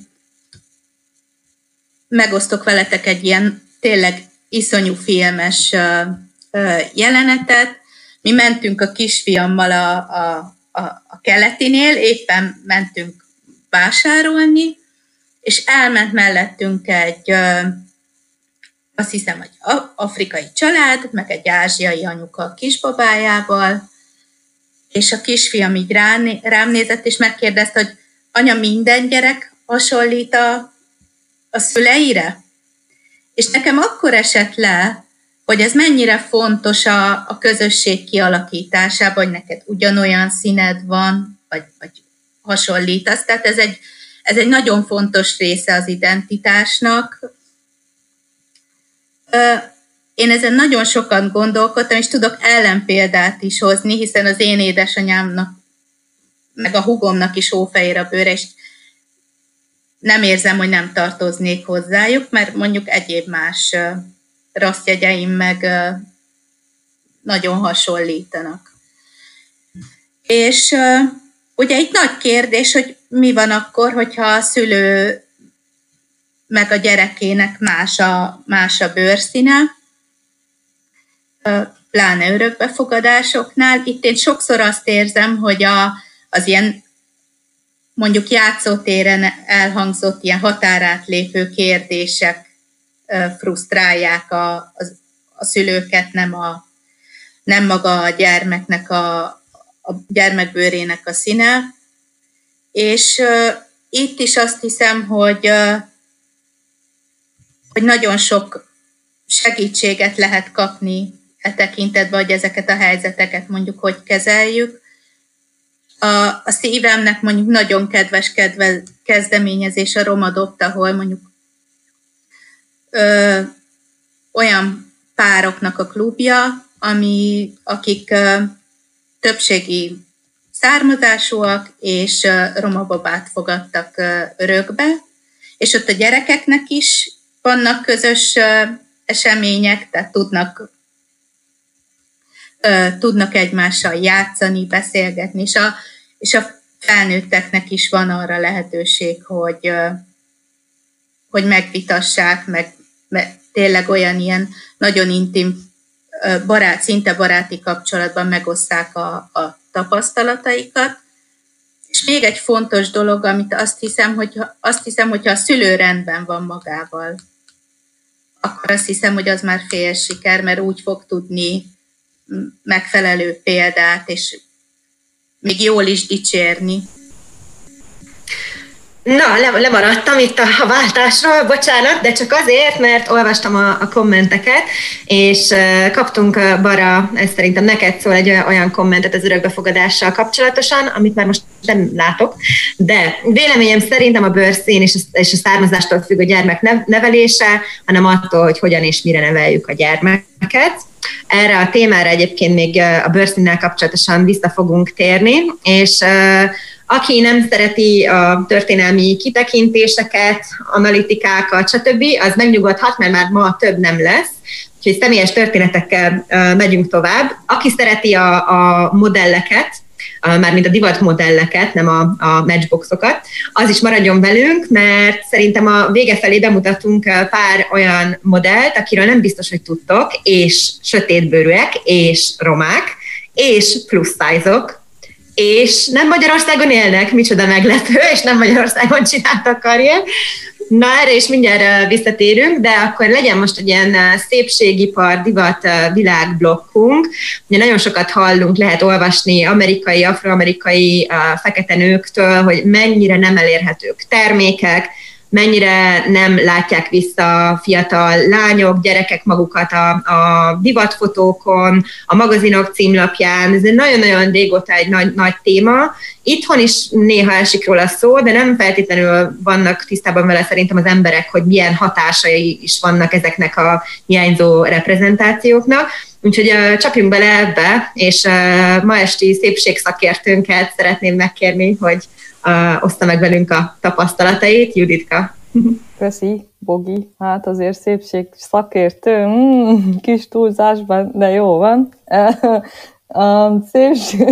megosztok veletek egy ilyen tényleg iszonyú filmes jelenetet. Mi mentünk a kisfiammal a keletinél, éppen mentünk vásárolni, és elment mellettünk egy, azt hiszem, hogy afrikai család, meg egy ázsiai anyuka a kisbabájával, és a kisfiam így rám nézett, és megkérdezte, hogy anya, minden gyerek hasonlít a szüleire? És nekem akkor esett le, hogy ez mennyire fontos a közösség kialakításában, hogy neked ugyanolyan színed van, vagy hasonlítasz. Tehát ez egy nagyon fontos része az identitásnak. Én ezen nagyon sokan gondolkodtam, és tudok ellenpéldát is hozni, hiszen az én édesanyámnak, meg a húgomnak is hófehér a bőre, és nem érzem, hogy nem tartoznék hozzájuk, mert mondjuk egyéb más rasszjegyeim meg nagyon hasonlítanak. És ugye itt nagy kérdés, hogy mi van akkor, hogyha a szülő meg a gyerekének más a bőrszíne, pláne örökbefogadásoknál. Itt én sokszor azt érzem, hogy az ilyen mondjuk játszótéren elhangzott ilyen határátlépő kérdések frusztrálják a szülőket, nem maga a gyermeknek a gyermekbőrének a színe. És itt is azt hiszem, hogy nagyon sok segítséget lehet kapni e tekintetben, hogy ezeket a helyzeteket mondjuk hogy kezeljük. A szívemnek mondjuk nagyon kedves kezdeményezés a Romadopt, ahol mondjuk olyan pároknak a klubja, akik többségi származásúak, és roma babát fogadtak örökbe, és ott a gyerekeknek is vannak közös események, tehát tudnak egymással játszani, beszélgetni, és a felnőtteknek is van arra lehetőség, hogy megvitassák, meg tényleg olyan ilyen nagyon intim, szinte baráti kapcsolatban megosszák a tapasztalataikat. És még egy fontos dolog, amit azt hiszem, hogyha a szülő rendben van magával, akkor azt hiszem, hogy az már fél siker, mert úgy fog tudni megfelelő példát, és még jól is dicsérni. Na, lemaradtam itt a váltásról, bocsánat, de csak azért, mert olvastam a kommenteket, és kaptunk Bara, ez szerintem neked szól egy olyan kommentet az örökbefogadással kapcsolatosan, amit már most nem látok, de véleményem szerintem a bőrszín és a származástól függ a gyermek nevelése, hanem attól, hogy hogyan és mire neveljük a gyermeket. Erre a témára egyébként még a bőrszínnel kapcsolatosan vissza fogunk térni, és aki nem szereti a történelmi kitekintéseket, analitikákat, stb., az megnyugodhat, mert már ma több nem lesz. Úgyhogy személyes történetekkel megyünk tovább. Aki szereti a modelleket, mármint a divat modelleket, nem a matchboxokat, az is maradjon velünk, mert szerintem a vége felé bemutatunk pár olyan modellt, akiről nem biztos, hogy tudtok, és sötétbőrűek, és romák, és plusz size-ok, és nem Magyarországon élnek, micsoda meglepő, és nem Magyarországon csináltak karriert. Na, erre is mindjárt visszatérünk, de akkor legyen most egy ilyen szépségipar, divat világblokkunk. Ugye nagyon sokat hallunk, lehet olvasni amerikai, afroamerikai fekete nőktől, hogy mennyire nem elérhetők termékek, mennyire nem látják vissza fiatal lányok, gyerekek magukat a divatfotókon, a magazinok címlapján. Ez egy nagyon-nagyon régóta egy nagy téma. Itthon is néha esik róla szó, de nem feltétlenül vannak tisztában vele szerintem az emberek, hogy milyen hatásai is vannak ezeknek a hiányzó reprezentációknak. Úgyhogy csapjunk bele ebbe, és ma esti szépségszakértőnket szeretném megkérni, hogy oszta meg velünk a tapasztalatait. Juditka. Köszi, Bogi. Hát azért szépség szakértő, kis túlzásban, de jó van. Szépség,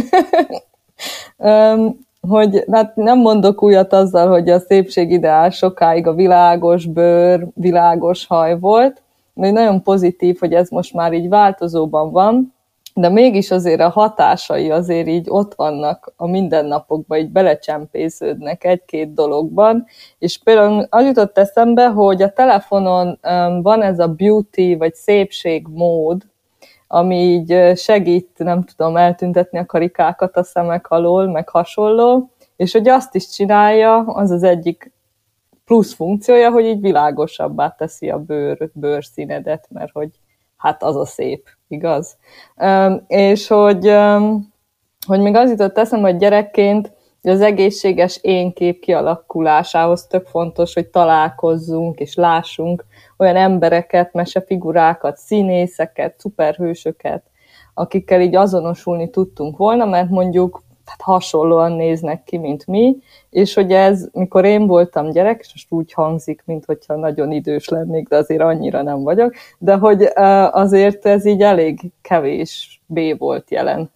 hogy hát nem mondok újat azzal, hogy a szépség ideál sokáig a világos bőr, világos haj volt, de nagyon pozitív, hogy ez most már így változóban van, de mégis azért a hatásai azért így ott vannak a mindennapokban, így belecsempésződnek egy-két dologban, és például az jutott eszembe, hogy a telefonon van ez a beauty vagy szépség mód, ami így segít, nem tudom, eltüntetni a karikákat a szemek alól, meg hasonló, és hogy azt is csinálja, az az egyik plusz funkciója, hogy így világosabbá teszi a bőrszínedet, mert hogy hát az a szép, igaz? És hogy még az jutott eszembe, hogy gyerekként az egészséges énkép kialakulásához tök fontos, hogy találkozzunk és lássunk olyan embereket, mesefigurákat, színészeket, szuperhősöket, akikkel így azonosulni tudtunk volna, mert mondjuk hát hasonlóan néznek ki, mint mi, és hogy ez, mikor én voltam gyerek, és most úgy hangzik, mintha nagyon idős lennék, de azért annyira nem vagyok, de hogy azért ez így elég kevésbé volt jelen.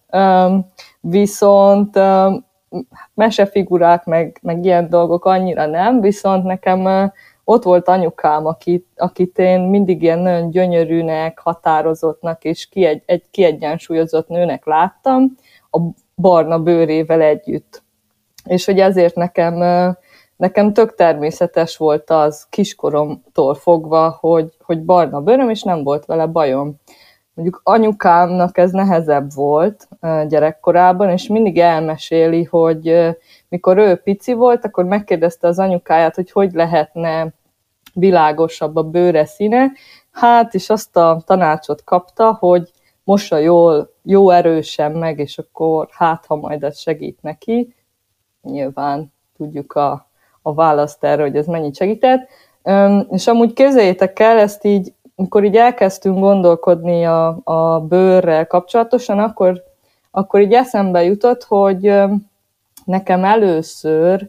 Viszont mesefigurák, meg ilyen dolgok annyira nem, viszont nekem ott volt anyukám, akit én mindig ilyen nagyon gyönyörűnek, határozottnak és egy kiegyensúlyozott nőnek láttam, a barna bőrével együtt. És hogy ezért nekem tök természetes volt az kiskoromtól fogva, hogy barna bőröm, és nem volt vele bajom. Mondjuk anyukámnak ez nehezebb volt gyerekkorában, és mindig elmeséli, hogy mikor ő pici volt, akkor megkérdezte az anyukáját, hogy lehetne világosabb a bőre színe. Hát, és azt a tanácsot kapta, hogy mossa jó erősen meg, és akkor hát, ha majd ez segít neki. Nyilván tudjuk a választ erre, hogy ez mennyit segített. És amúgy képzeljétek el, ezt így, amikor így elkezdtünk gondolkodni a bőrrel kapcsolatosan, akkor így eszembe jutott, hogy nekem először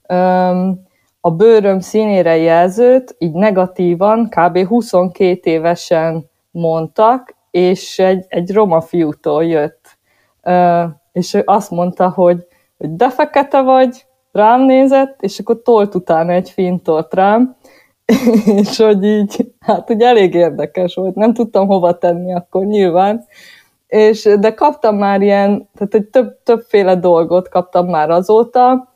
a bőröm színére jelzőt így negatívan kb. 22 évesen mondtak, és egy roma fiútól jött. És azt mondta, hogy de fekete vagy, rám nézett, és akkor tolt utána egy fintort rám, és hogy így, hát ugye elég érdekes volt, nem tudtam hova tenni akkor nyilván, de kaptam már ilyen, tehát egy többféle dolgot kaptam már azóta,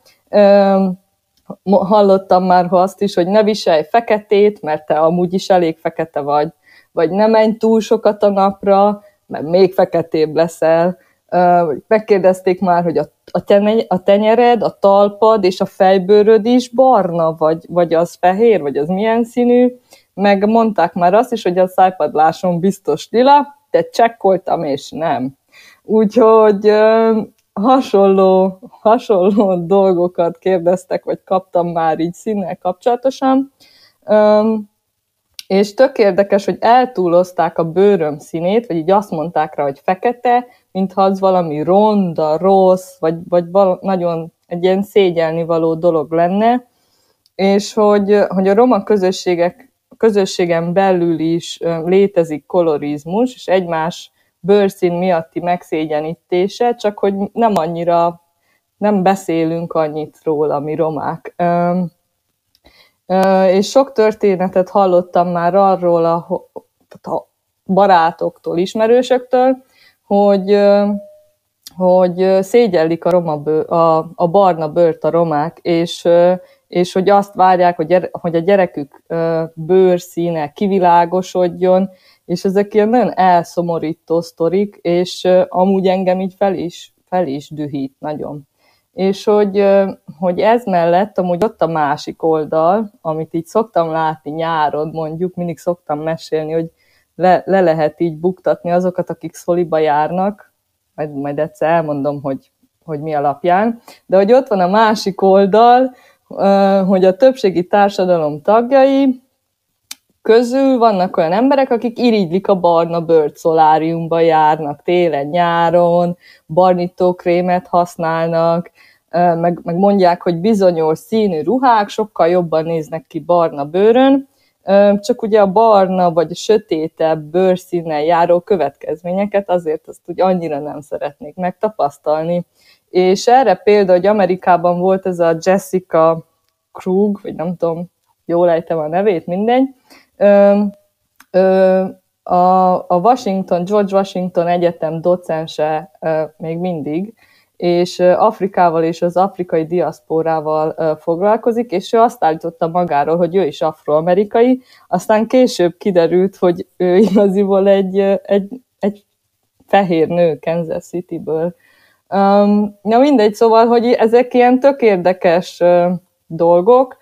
hallottam már azt is, hogy ne viselj feketét, mert te amúgy is elég fekete vagy ne menj túl sokat a napra, mert még feketébb leszel. Megkérdezték már, hogy a a tenyered, a talpad és a fejbőröd is barna, vagy az fehér, vagy az milyen színű, meg mondták már azt is, hogy a szájpadláson biztos lila, de csekkoltam, és nem. Úgyhogy hasonló dolgokat kérdeztek, vagy kaptam már így színnel kapcsolatosan, és tök érdekes, hogy eltúlozták a bőröm színét, vagy így azt mondták rá, hogy fekete, mintha az valami ronda, rossz, vagy nagyon egy ilyen szégyelnivaló dolog lenne, és hogy a roma közösségen belül is létezik kolorizmus, és egymás bőrszín miatti megszégyenítése, csak hogy nem beszélünk annyit róla, mi romák. És sok történetet hallottam már arról a barátoktól, ismerősöktől, hogy szégyellik a barna bőrt a romák, és hogy azt várják, hogy a gyerekük bőrszíne kivilágosodjon, és ezek ilyen nagyon elszomorító sztorik, és amúgy engem így fel is dühít nagyon. És hogy ez mellett amúgy ott a másik oldal, amit így szoktam látni nyáron mondjuk, mindig szoktam mesélni, hogy le lehet így buktatni azokat, akik szoliba járnak, majd egyszer elmondom, hogy mi alapján, de hogy ott van a másik oldal, hogy a többségi társadalom tagjai közül vannak olyan emberek, akik irigylik a barna bőrt, szoláriumba járnak télen-nyáron, barnítókrémet használnak, meg mondják, hogy bizonyos színű ruhák sokkal jobban néznek ki barna bőrön, csak ugye a barna vagy a sötétebb bőrszínnel járó következményeket azért azt úgy annyira nem szeretnék megtapasztalni. És erre például, hogy Amerikában volt ez a Jessica Krug, vagy nem tudom, jól ejtem a nevét, mindegy, a George Washington Egyetem docense még mindig, és Afrikával és az afrikai diaszporával foglalkozik, és ő azt állította magáról, hogy ő is afroamerikai, aztán később kiderült, hogy ő igaziból egy fehér nő Kansas Cityből. Na mindegy, szóval, hogy ezek ilyen tök érdekes dolgok.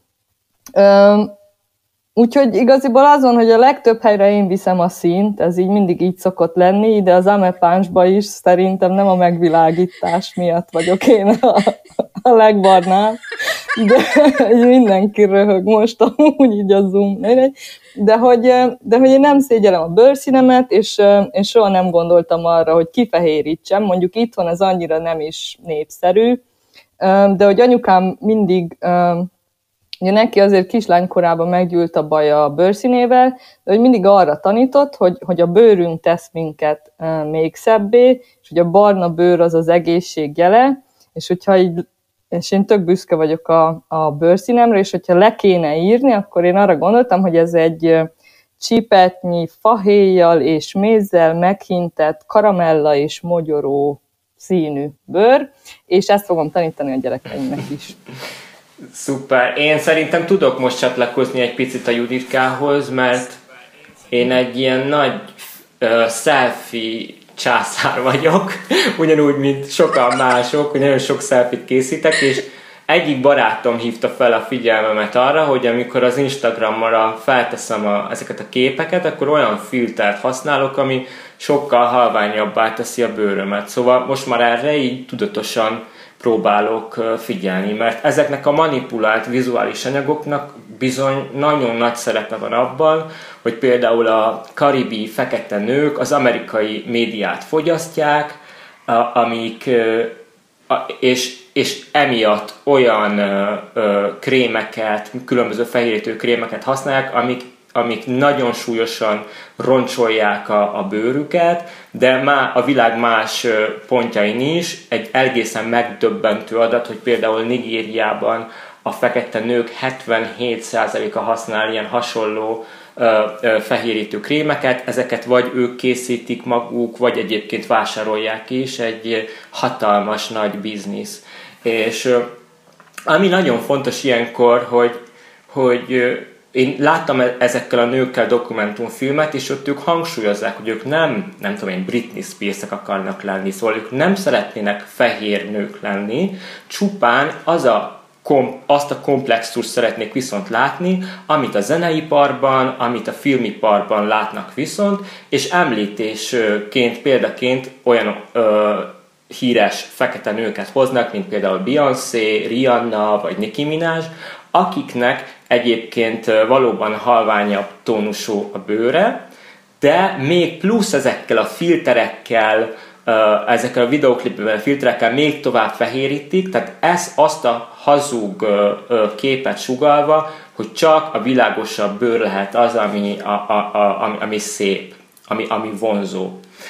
Úgyhogy igaziból az van, hogy a legtöbb helyre én viszem a színt, ez így mindig így szokott lenni, de az Amepánsba is szerintem nem a megvilágítás miatt vagyok én a legbarnább, de mindenki röhög most amúgy így a Zoom. De hogy én nem szégyellem a bőrszínemet, és soha nem gondoltam arra, hogy kifehérítsem, mondjuk itthon ez annyira nem is népszerű, de hogy anyukám mindig... Ugye neki azért kislánykorában meggyűlt a baja a bőrszínével, de hogy mindig arra tanított, hogy a bőrünk tesz minket még szebbé, és hogy a barna bőr az az egészség jele, és én tök büszke vagyok a bőrszínemre, és hogyha le kéne írni, akkor én arra gondoltam, hogy ez egy csipetnyi fahéjjal és mézzel meghintett karamella és mogyoró színű bőr, és ezt fogom tanítani a gyerekeimnek is. Szuper. Én szerintem tudok most csatlakozni egy picit a Juditkához, mert én egy ilyen nagy selfie császár vagyok, ugyanúgy, mint sokan mások, hogy nagyon sok selfie-t készítek, és egyik barátom hívta fel a figyelmemet arra, hogy amikor az Instagramra felteszem ezeket a képeket, akkor olyan filtert használok, ami sokkal halványabbá teszi a bőrömet. Szóval most már erre így tudatosan próbálok figyelni, mert ezeknek a manipulált vizuális anyagoknak bizony nagyon nagy szerepe van abban, hogy például a karibi fekete nők az amerikai médiát fogyasztják, és emiatt olyan krémeket, különböző fehérítő krémeket használják, amik nagyon súlyosan roncsolják a bőrüket, de már a világ más pontjain is egy egészen megdöbbentő adat, hogy például Nigériában a fekete nők 77%-a használ ilyen hasonló fehérítő krémeket, ezeket vagy ők készítik maguk, vagy egyébként vásárolják is, egy hatalmas nagy biznisz. És ami nagyon fontos ilyenkor, hogy én láttam ezekkel a nőkkel dokumentumfilmet, és ott ők hangsúlyozzák, hogy ők nem tudom én, Britney Spears-ek akarnak lenni, szóval ők nem szeretnének fehér nők lenni, csupán azt a komplexust szeretnék viszont látni, amit a zeneiparban, amit a filmiparban látnak viszont, és említésként, példaként olyan híres fekete nőket hoznak, mint például Beyoncé, Rihanna vagy Nicki Minaj, akiknek egyébként valóban halványabb tónusú a bőre, de még plusz ezekkel a filterekkel, ezekkel a videóklipben filterekkel még tovább fehérítik, tehát azt a hazug képet sugallva, hogy csak a világosabb bőr lehet az, ami szép, ami vonzó.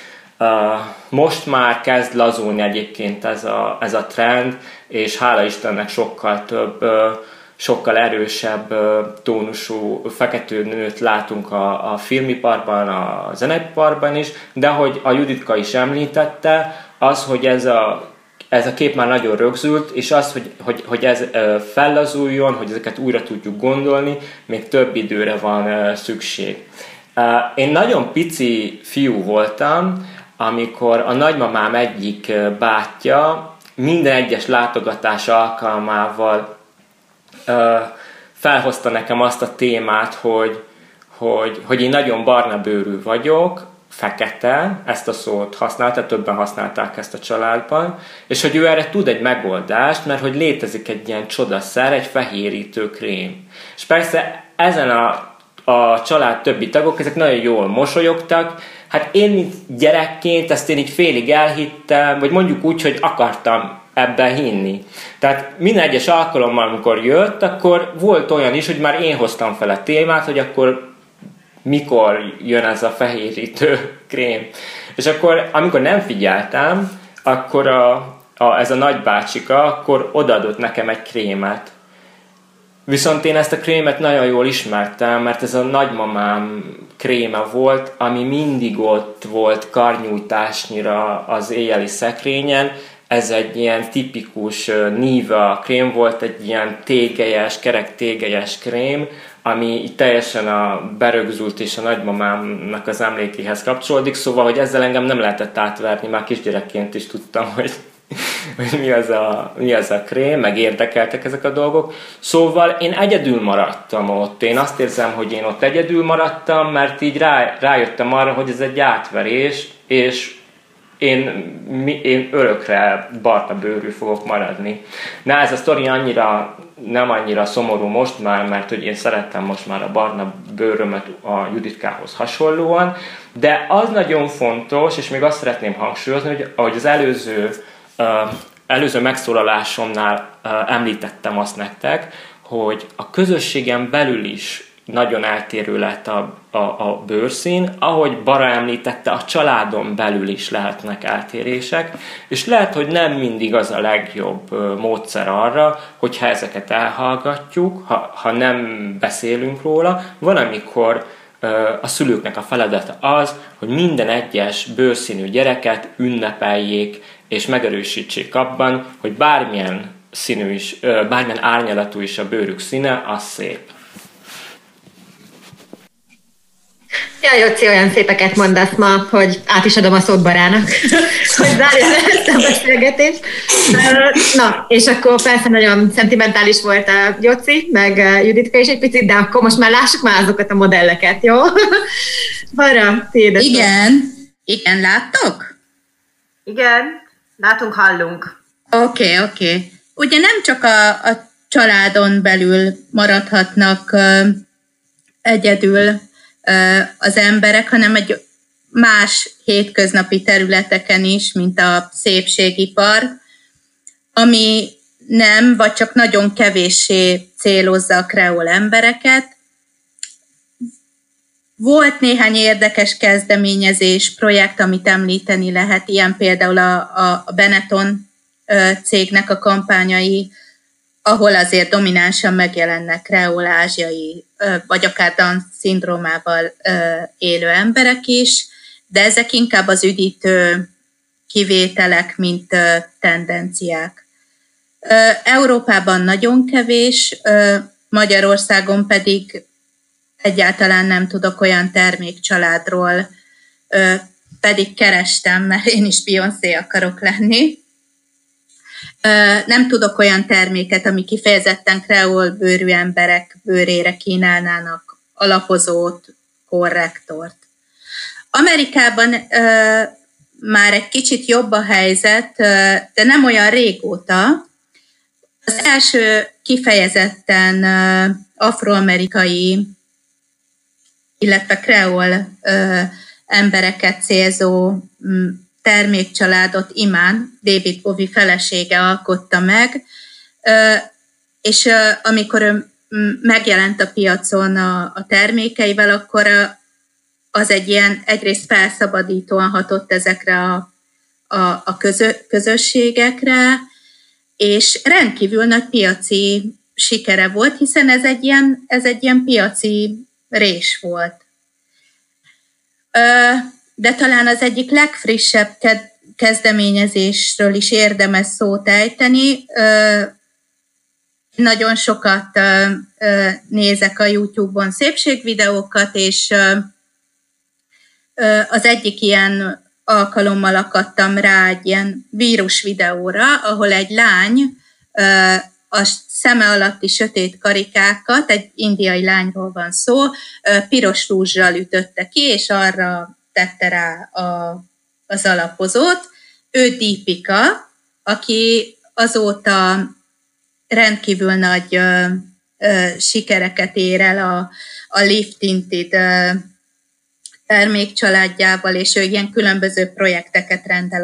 Most már kezd lazulni egyébként ez a trend, és hála Istennek sokkal több, sokkal erősebb tónusú fekete nőt látunk a filmiparban, a zeneiparban is, de ahogy a Juditka is említette, az, hogy ez a kép már nagyon rögzült, és az, hogy ez fellazuljon, hogy ezeket újra tudjuk gondolni, még több időre van szükség. Én nagyon pici fiú voltam, amikor a nagymamám egyik bátyja minden egyes látogatás alkalmával felhozta nekem azt a témát, hogy én nagyon barna bőrű vagyok, fekete, ezt a szót használta, többen használták ezt a családban, és hogy ő erre tud egy megoldást, mert hogy létezik egy ilyen csodaszer, egy fehérítő krém. És persze ezen a család többi tagok, ezek nagyon jól mosolyogtak, hát én, mint gyerekként, ezt én így félig elhittem, vagy mondjuk úgy, hogy akartam ebben hinni. Tehát minden egyes alkalommal, amikor jött, akkor volt olyan is, hogy már én hoztam fel a témát, hogy akkor mikor jön ez a fehérítő krém. És akkor, amikor nem figyeltem, akkor ez a nagybácsika akkor odaadott nekem egy krémet. Viszont én ezt a krémet nagyon jól ismertem, mert ez a nagymamám kréme volt, ami mindig ott volt karnyújtásnyira az éjjeli szekrényen. Ez egy ilyen tipikus Niva krém volt, egy ilyen tégelyes, kerek tégelyes krém, ami teljesen berögzült és a nagymamámnak az emlékéhez kapcsolódik, szóval, hogy ezzel engem nem lehetett átverni, már kisgyerekként is tudtam, hogy mi az a krém, meg érdekeltek ezek a dolgok. Szóval én egyedül maradtam ott. Én azt érzem, hogy én ott egyedül maradtam, mert így rájöttem arra, hogy ez egy átverés, és én örökre barna bőrű fogok maradni. De ez a sztori nem annyira szomorú most már, mert hogy én szerettem most már a barna bőrömet a Juditkához hasonlóan, de az nagyon fontos, és még azt szeretném hangsúlyozni, hogy ahogy az előző megszólalásomnál említettem azt nektek, hogy a közösségen belül is nagyon eltérő lett a bőrszín, ahogy Bara említette, a családon belül is lehetnek eltérések, és lehet, hogy nem mindig az a legjobb módszer arra, hogyha ezeket elhallgatjuk, ha nem beszélünk róla. Van, amikor a szülőknek a feladata az, hogy minden egyes bőrszínű gyereket ünnepeljék, és megerősítsék abban, hogy bármilyen színű is, bármilyen árnyalatú is a bőrük színe, az szép. Jaj, Jóci, olyan szépeket mondasz ma, hogy át is adom a szót Barának, hogy zárja le ezt a beszélgetést. Na, és akkor persze nagyon szentimentális volt a Jóci, meg Juditka is egy picit, de akkor most már lássuk már azokat a modelleket, jó? Bara, tiéd. Igen, láttok? Igen, látunk, hallunk. Oké. Ugye nem csak a családon belül maradhatnak egyedül az emberek, hanem egy más hétköznapi területeken is, mint a szépségipar, ami nem, vagy csak nagyon kevéssé célozza a kreol embereket. Volt néhány érdekes kezdeményezés, projekt, amit említeni lehet, ilyen például a Benetton cégnek a kampányai, ahol azért dominánsan megjelennek kreol, ázsiai, vagy akár Down-szindrómával élő emberek is, de ezek inkább az üdítő kivételek, mint tendenciák. Európában nagyon kevés, Magyarországon pedig egyáltalán nem tudok olyan termékcsaládról, pedig kerestem, mert én is Beyoncé akarok lenni. Nem tudok olyan terméket, ami kifejezetten kreol bőrű emberek bőrére kínálnának alapozót, korrektort. Amerikában már egy kicsit jobb a helyzet, de nem olyan régóta. Az első kifejezetten afroamerikai, illetve kreol embereket célzó termékcsaládot Iman, David Bowie felesége alkotta meg, és amikor ő megjelent a piacon a termékeivel, akkor az egy ilyen egyrészt felszabadítóan hatott ezekre a közösségekre, és rendkívül nagy piaci sikere volt, hiszen ez egy ilyen piaci rés volt. De talán az egyik legfrissebb kezdeményezésről is érdemes szót ejteni. Nagyon sokat nézek a YouTube-on szépségvideókat, és az egyik ilyen alkalommal akadtam rá egy ilyen vírus videóra, ahol egy lány a szeme alatti sötét karikákat, egy indiai lányról van szó, piros rúzsral ütötte ki, és arra tette rá az alapozót. Ő Deepika, aki azóta rendkívül nagy sikereket ér el a Lift Tinted termékcsaládjával, és ő ilyen különböző projekteket rendel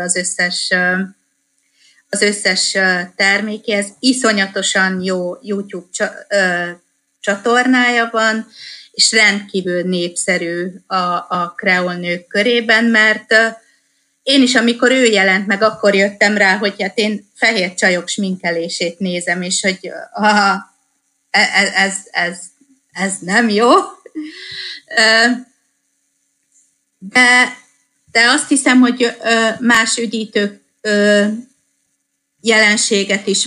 az összes termékéhez. Iszonyatosan jó YouTube csatornája van, és rendkívül népszerű a kreol nők körében, mert én is, amikor ő jelent meg, akkor jöttem rá, hogy hát én fehér csajok sminkelését nézem, és hogy ez nem jó. De azt hiszem, hogy más üdítő jelenséget is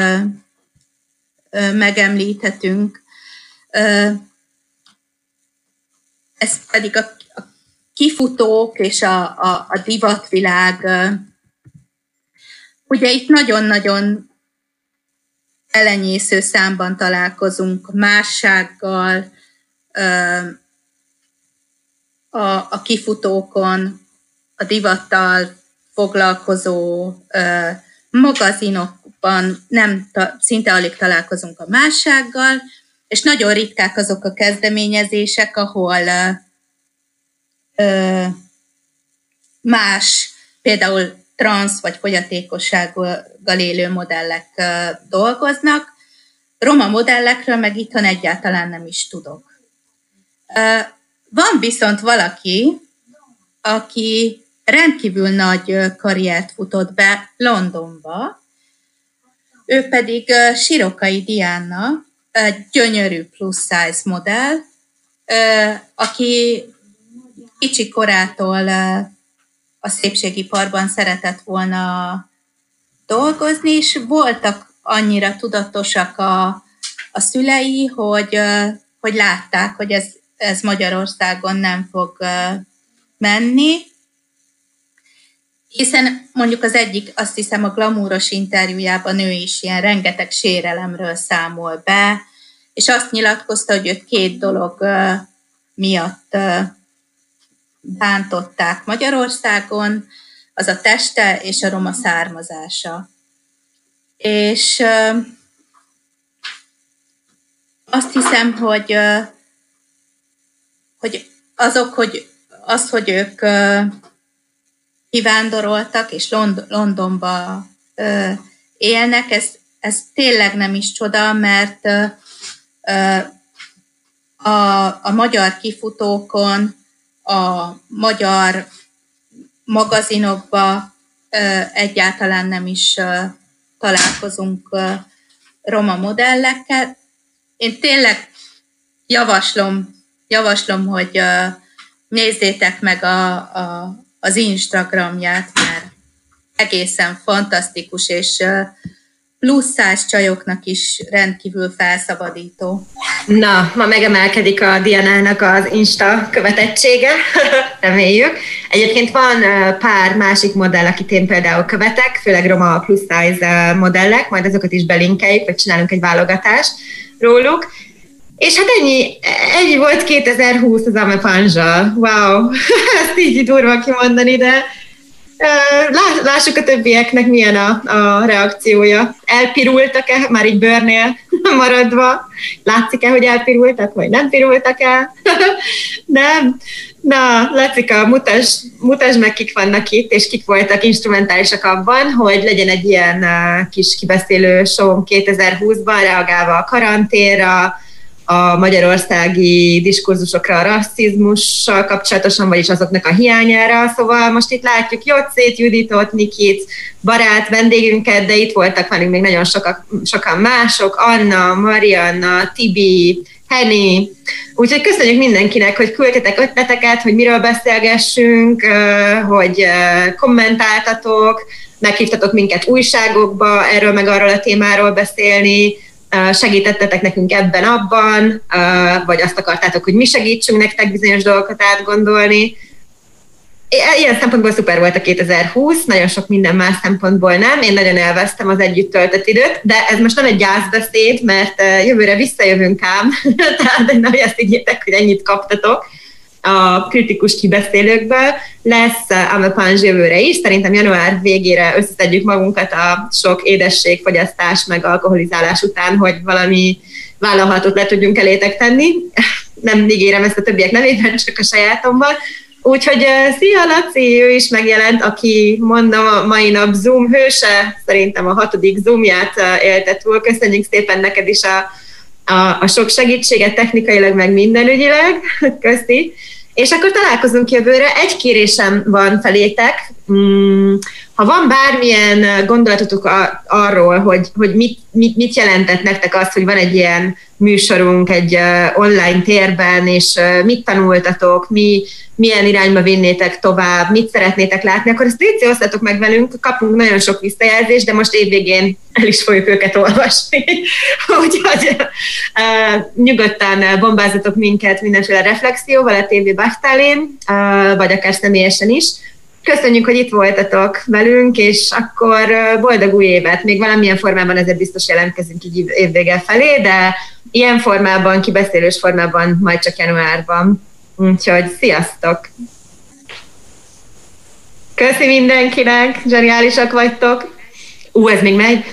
megemlíthetünk. Ez pedig a kifutók és a divatvilág. Ugye itt nagyon-nagyon elenyésző számban találkozunk mássággal, a kifutókon, a divattal foglalkozó magazinokban szinte alig találkozunk a mássággal, és nagyon ritkák azok a kezdeményezések, ahol más, például transz vagy fogyatékossággal élő modellek dolgoznak. Roma modellekről meg itthon egyáltalán nem is tudok. Van viszont valaki, aki rendkívül nagy karriert futott be Londonba, ő pedig Sirokai Diana, egy gyönyörű plus size modell, aki kicsi korától a szépségiparban szeretett volna dolgozni, és voltak annyira tudatosak a szülei, hogy látták, hogy ez Magyarországon nem fog menni, hiszen mondjuk az egyik, azt hiszem a glamúros interjújában ő is ilyen rengeteg sérelemről számol be, és azt nyilatkozta, hogy őt 2 dolog miatt bántották Magyarországon, az a teste és a roma származása. És azt hiszem, hogy hogy ők kivándoroltak és Londonba élnek, ez tényleg nem is csoda, mert a magyar kifutókon, a magyar magazinokban egyáltalán nem is találkozunk roma modellekkel. Én tényleg javaslom, hogy nézzétek meg az Instagramját, mert egészen fantasztikus, és pluszás csajoknak is rendkívül felszabadító. Na, ma megemelkedik a Dianának az Insta követettsége, reméljük. Egyébként van pár másik modell, akit én például követek, főleg roma plus size modellek, majd azokat is belinkeljük, vagy csinálunk egy válogatást róluk. És hát ennyi volt 2020 az Amepanzsal. Wow, ezt így durva kimondani, de lássuk a többieknek milyen a reakciója. Elpirultak-e, már így bőrnél maradva? Látszik-e, hogy elpirultak, vagy nem pirultak el? Nem. Na, Lacika, mutasd meg, kik vannak itt, és kik voltak instrumentálisak abban, hogy legyen egy ilyen kis kibeszélő show 2020-ban, reagálva a karanténra, a magyarországi diskurzusokra, a rasszizmussal kapcsolatosan, vagyis azoknak a hiányára. Szóval most itt látjuk Jocét, Juditot, Nikit, barát vendégünket, de itt voltak velünk még nagyon sokan mások, Anna, Marianna, Tibi, Henny. Úgyhogy köszönjük mindenkinek, hogy küldtetek ötleteket, hogy miről beszélgessünk, hogy kommentáltatok, meghívtatok minket újságokba erről meg arról a témáról beszélni, segítettetek nekünk ebben-abban, vagy azt akartátok, hogy mi segítsünk nektek bizonyos dolgokat átgondolni. Ilyen szempontból szuper volt a 2020, nagyon sok minden más szempontból nem. Én nagyon élveztem az együtt töltött időt, de ez most nem egy gyászbeszéd, mert jövőre visszajövünk ám, tehát nem ezt ígértek, hogy ennyit kaptatok a kritikus kibeszélőkből. Lesz Amepanzs jövőre is, szerintem január végére összeszedjük magunkat a sok édességfogyasztás meg alkoholizálás után, hogy valami vállalhatót le tudjunk elétek tenni. Nem ígérem ezt a többiek nevében, csak a sajátomban. Úgyhogy szia Laci, ő is megjelent, aki mondom mai nap Zoom hőse, szerintem a 6. Zoomját élte túl. Köszönjük szépen neked is a sok segítséget technikailag, meg mindenügyileg. Köszi. És akkor találkozunk jövőre. Egy kérésem van felétek. Ha van bármilyen gondolatotok arról, hogy mit jelentett nektek az, hogy van egy ilyen műsorunk egy online térben, és mit tanultatok, milyen irányba vinnétek tovább, mit szeretnétek látni, akkor ezt légy osztatok meg velünk, kapunk nagyon sok visszajelzést, de most évvégén el is fogjuk őket olvasni. Úgyhogy nyugodtan bombázatok minket mindenféle reflexióval a TV Bachtalén, vagy akár személyesen is. Köszönjük, hogy itt voltatok velünk, és akkor boldog új évet. Még valamilyen formában ezért biztos jelentkezünk így évvége felé, de ilyen formában, kibeszélős formában majd csak januárban. Úgyhogy sziasztok! Köszi mindenkinek, zseniálisak vagytok! Ez még megy!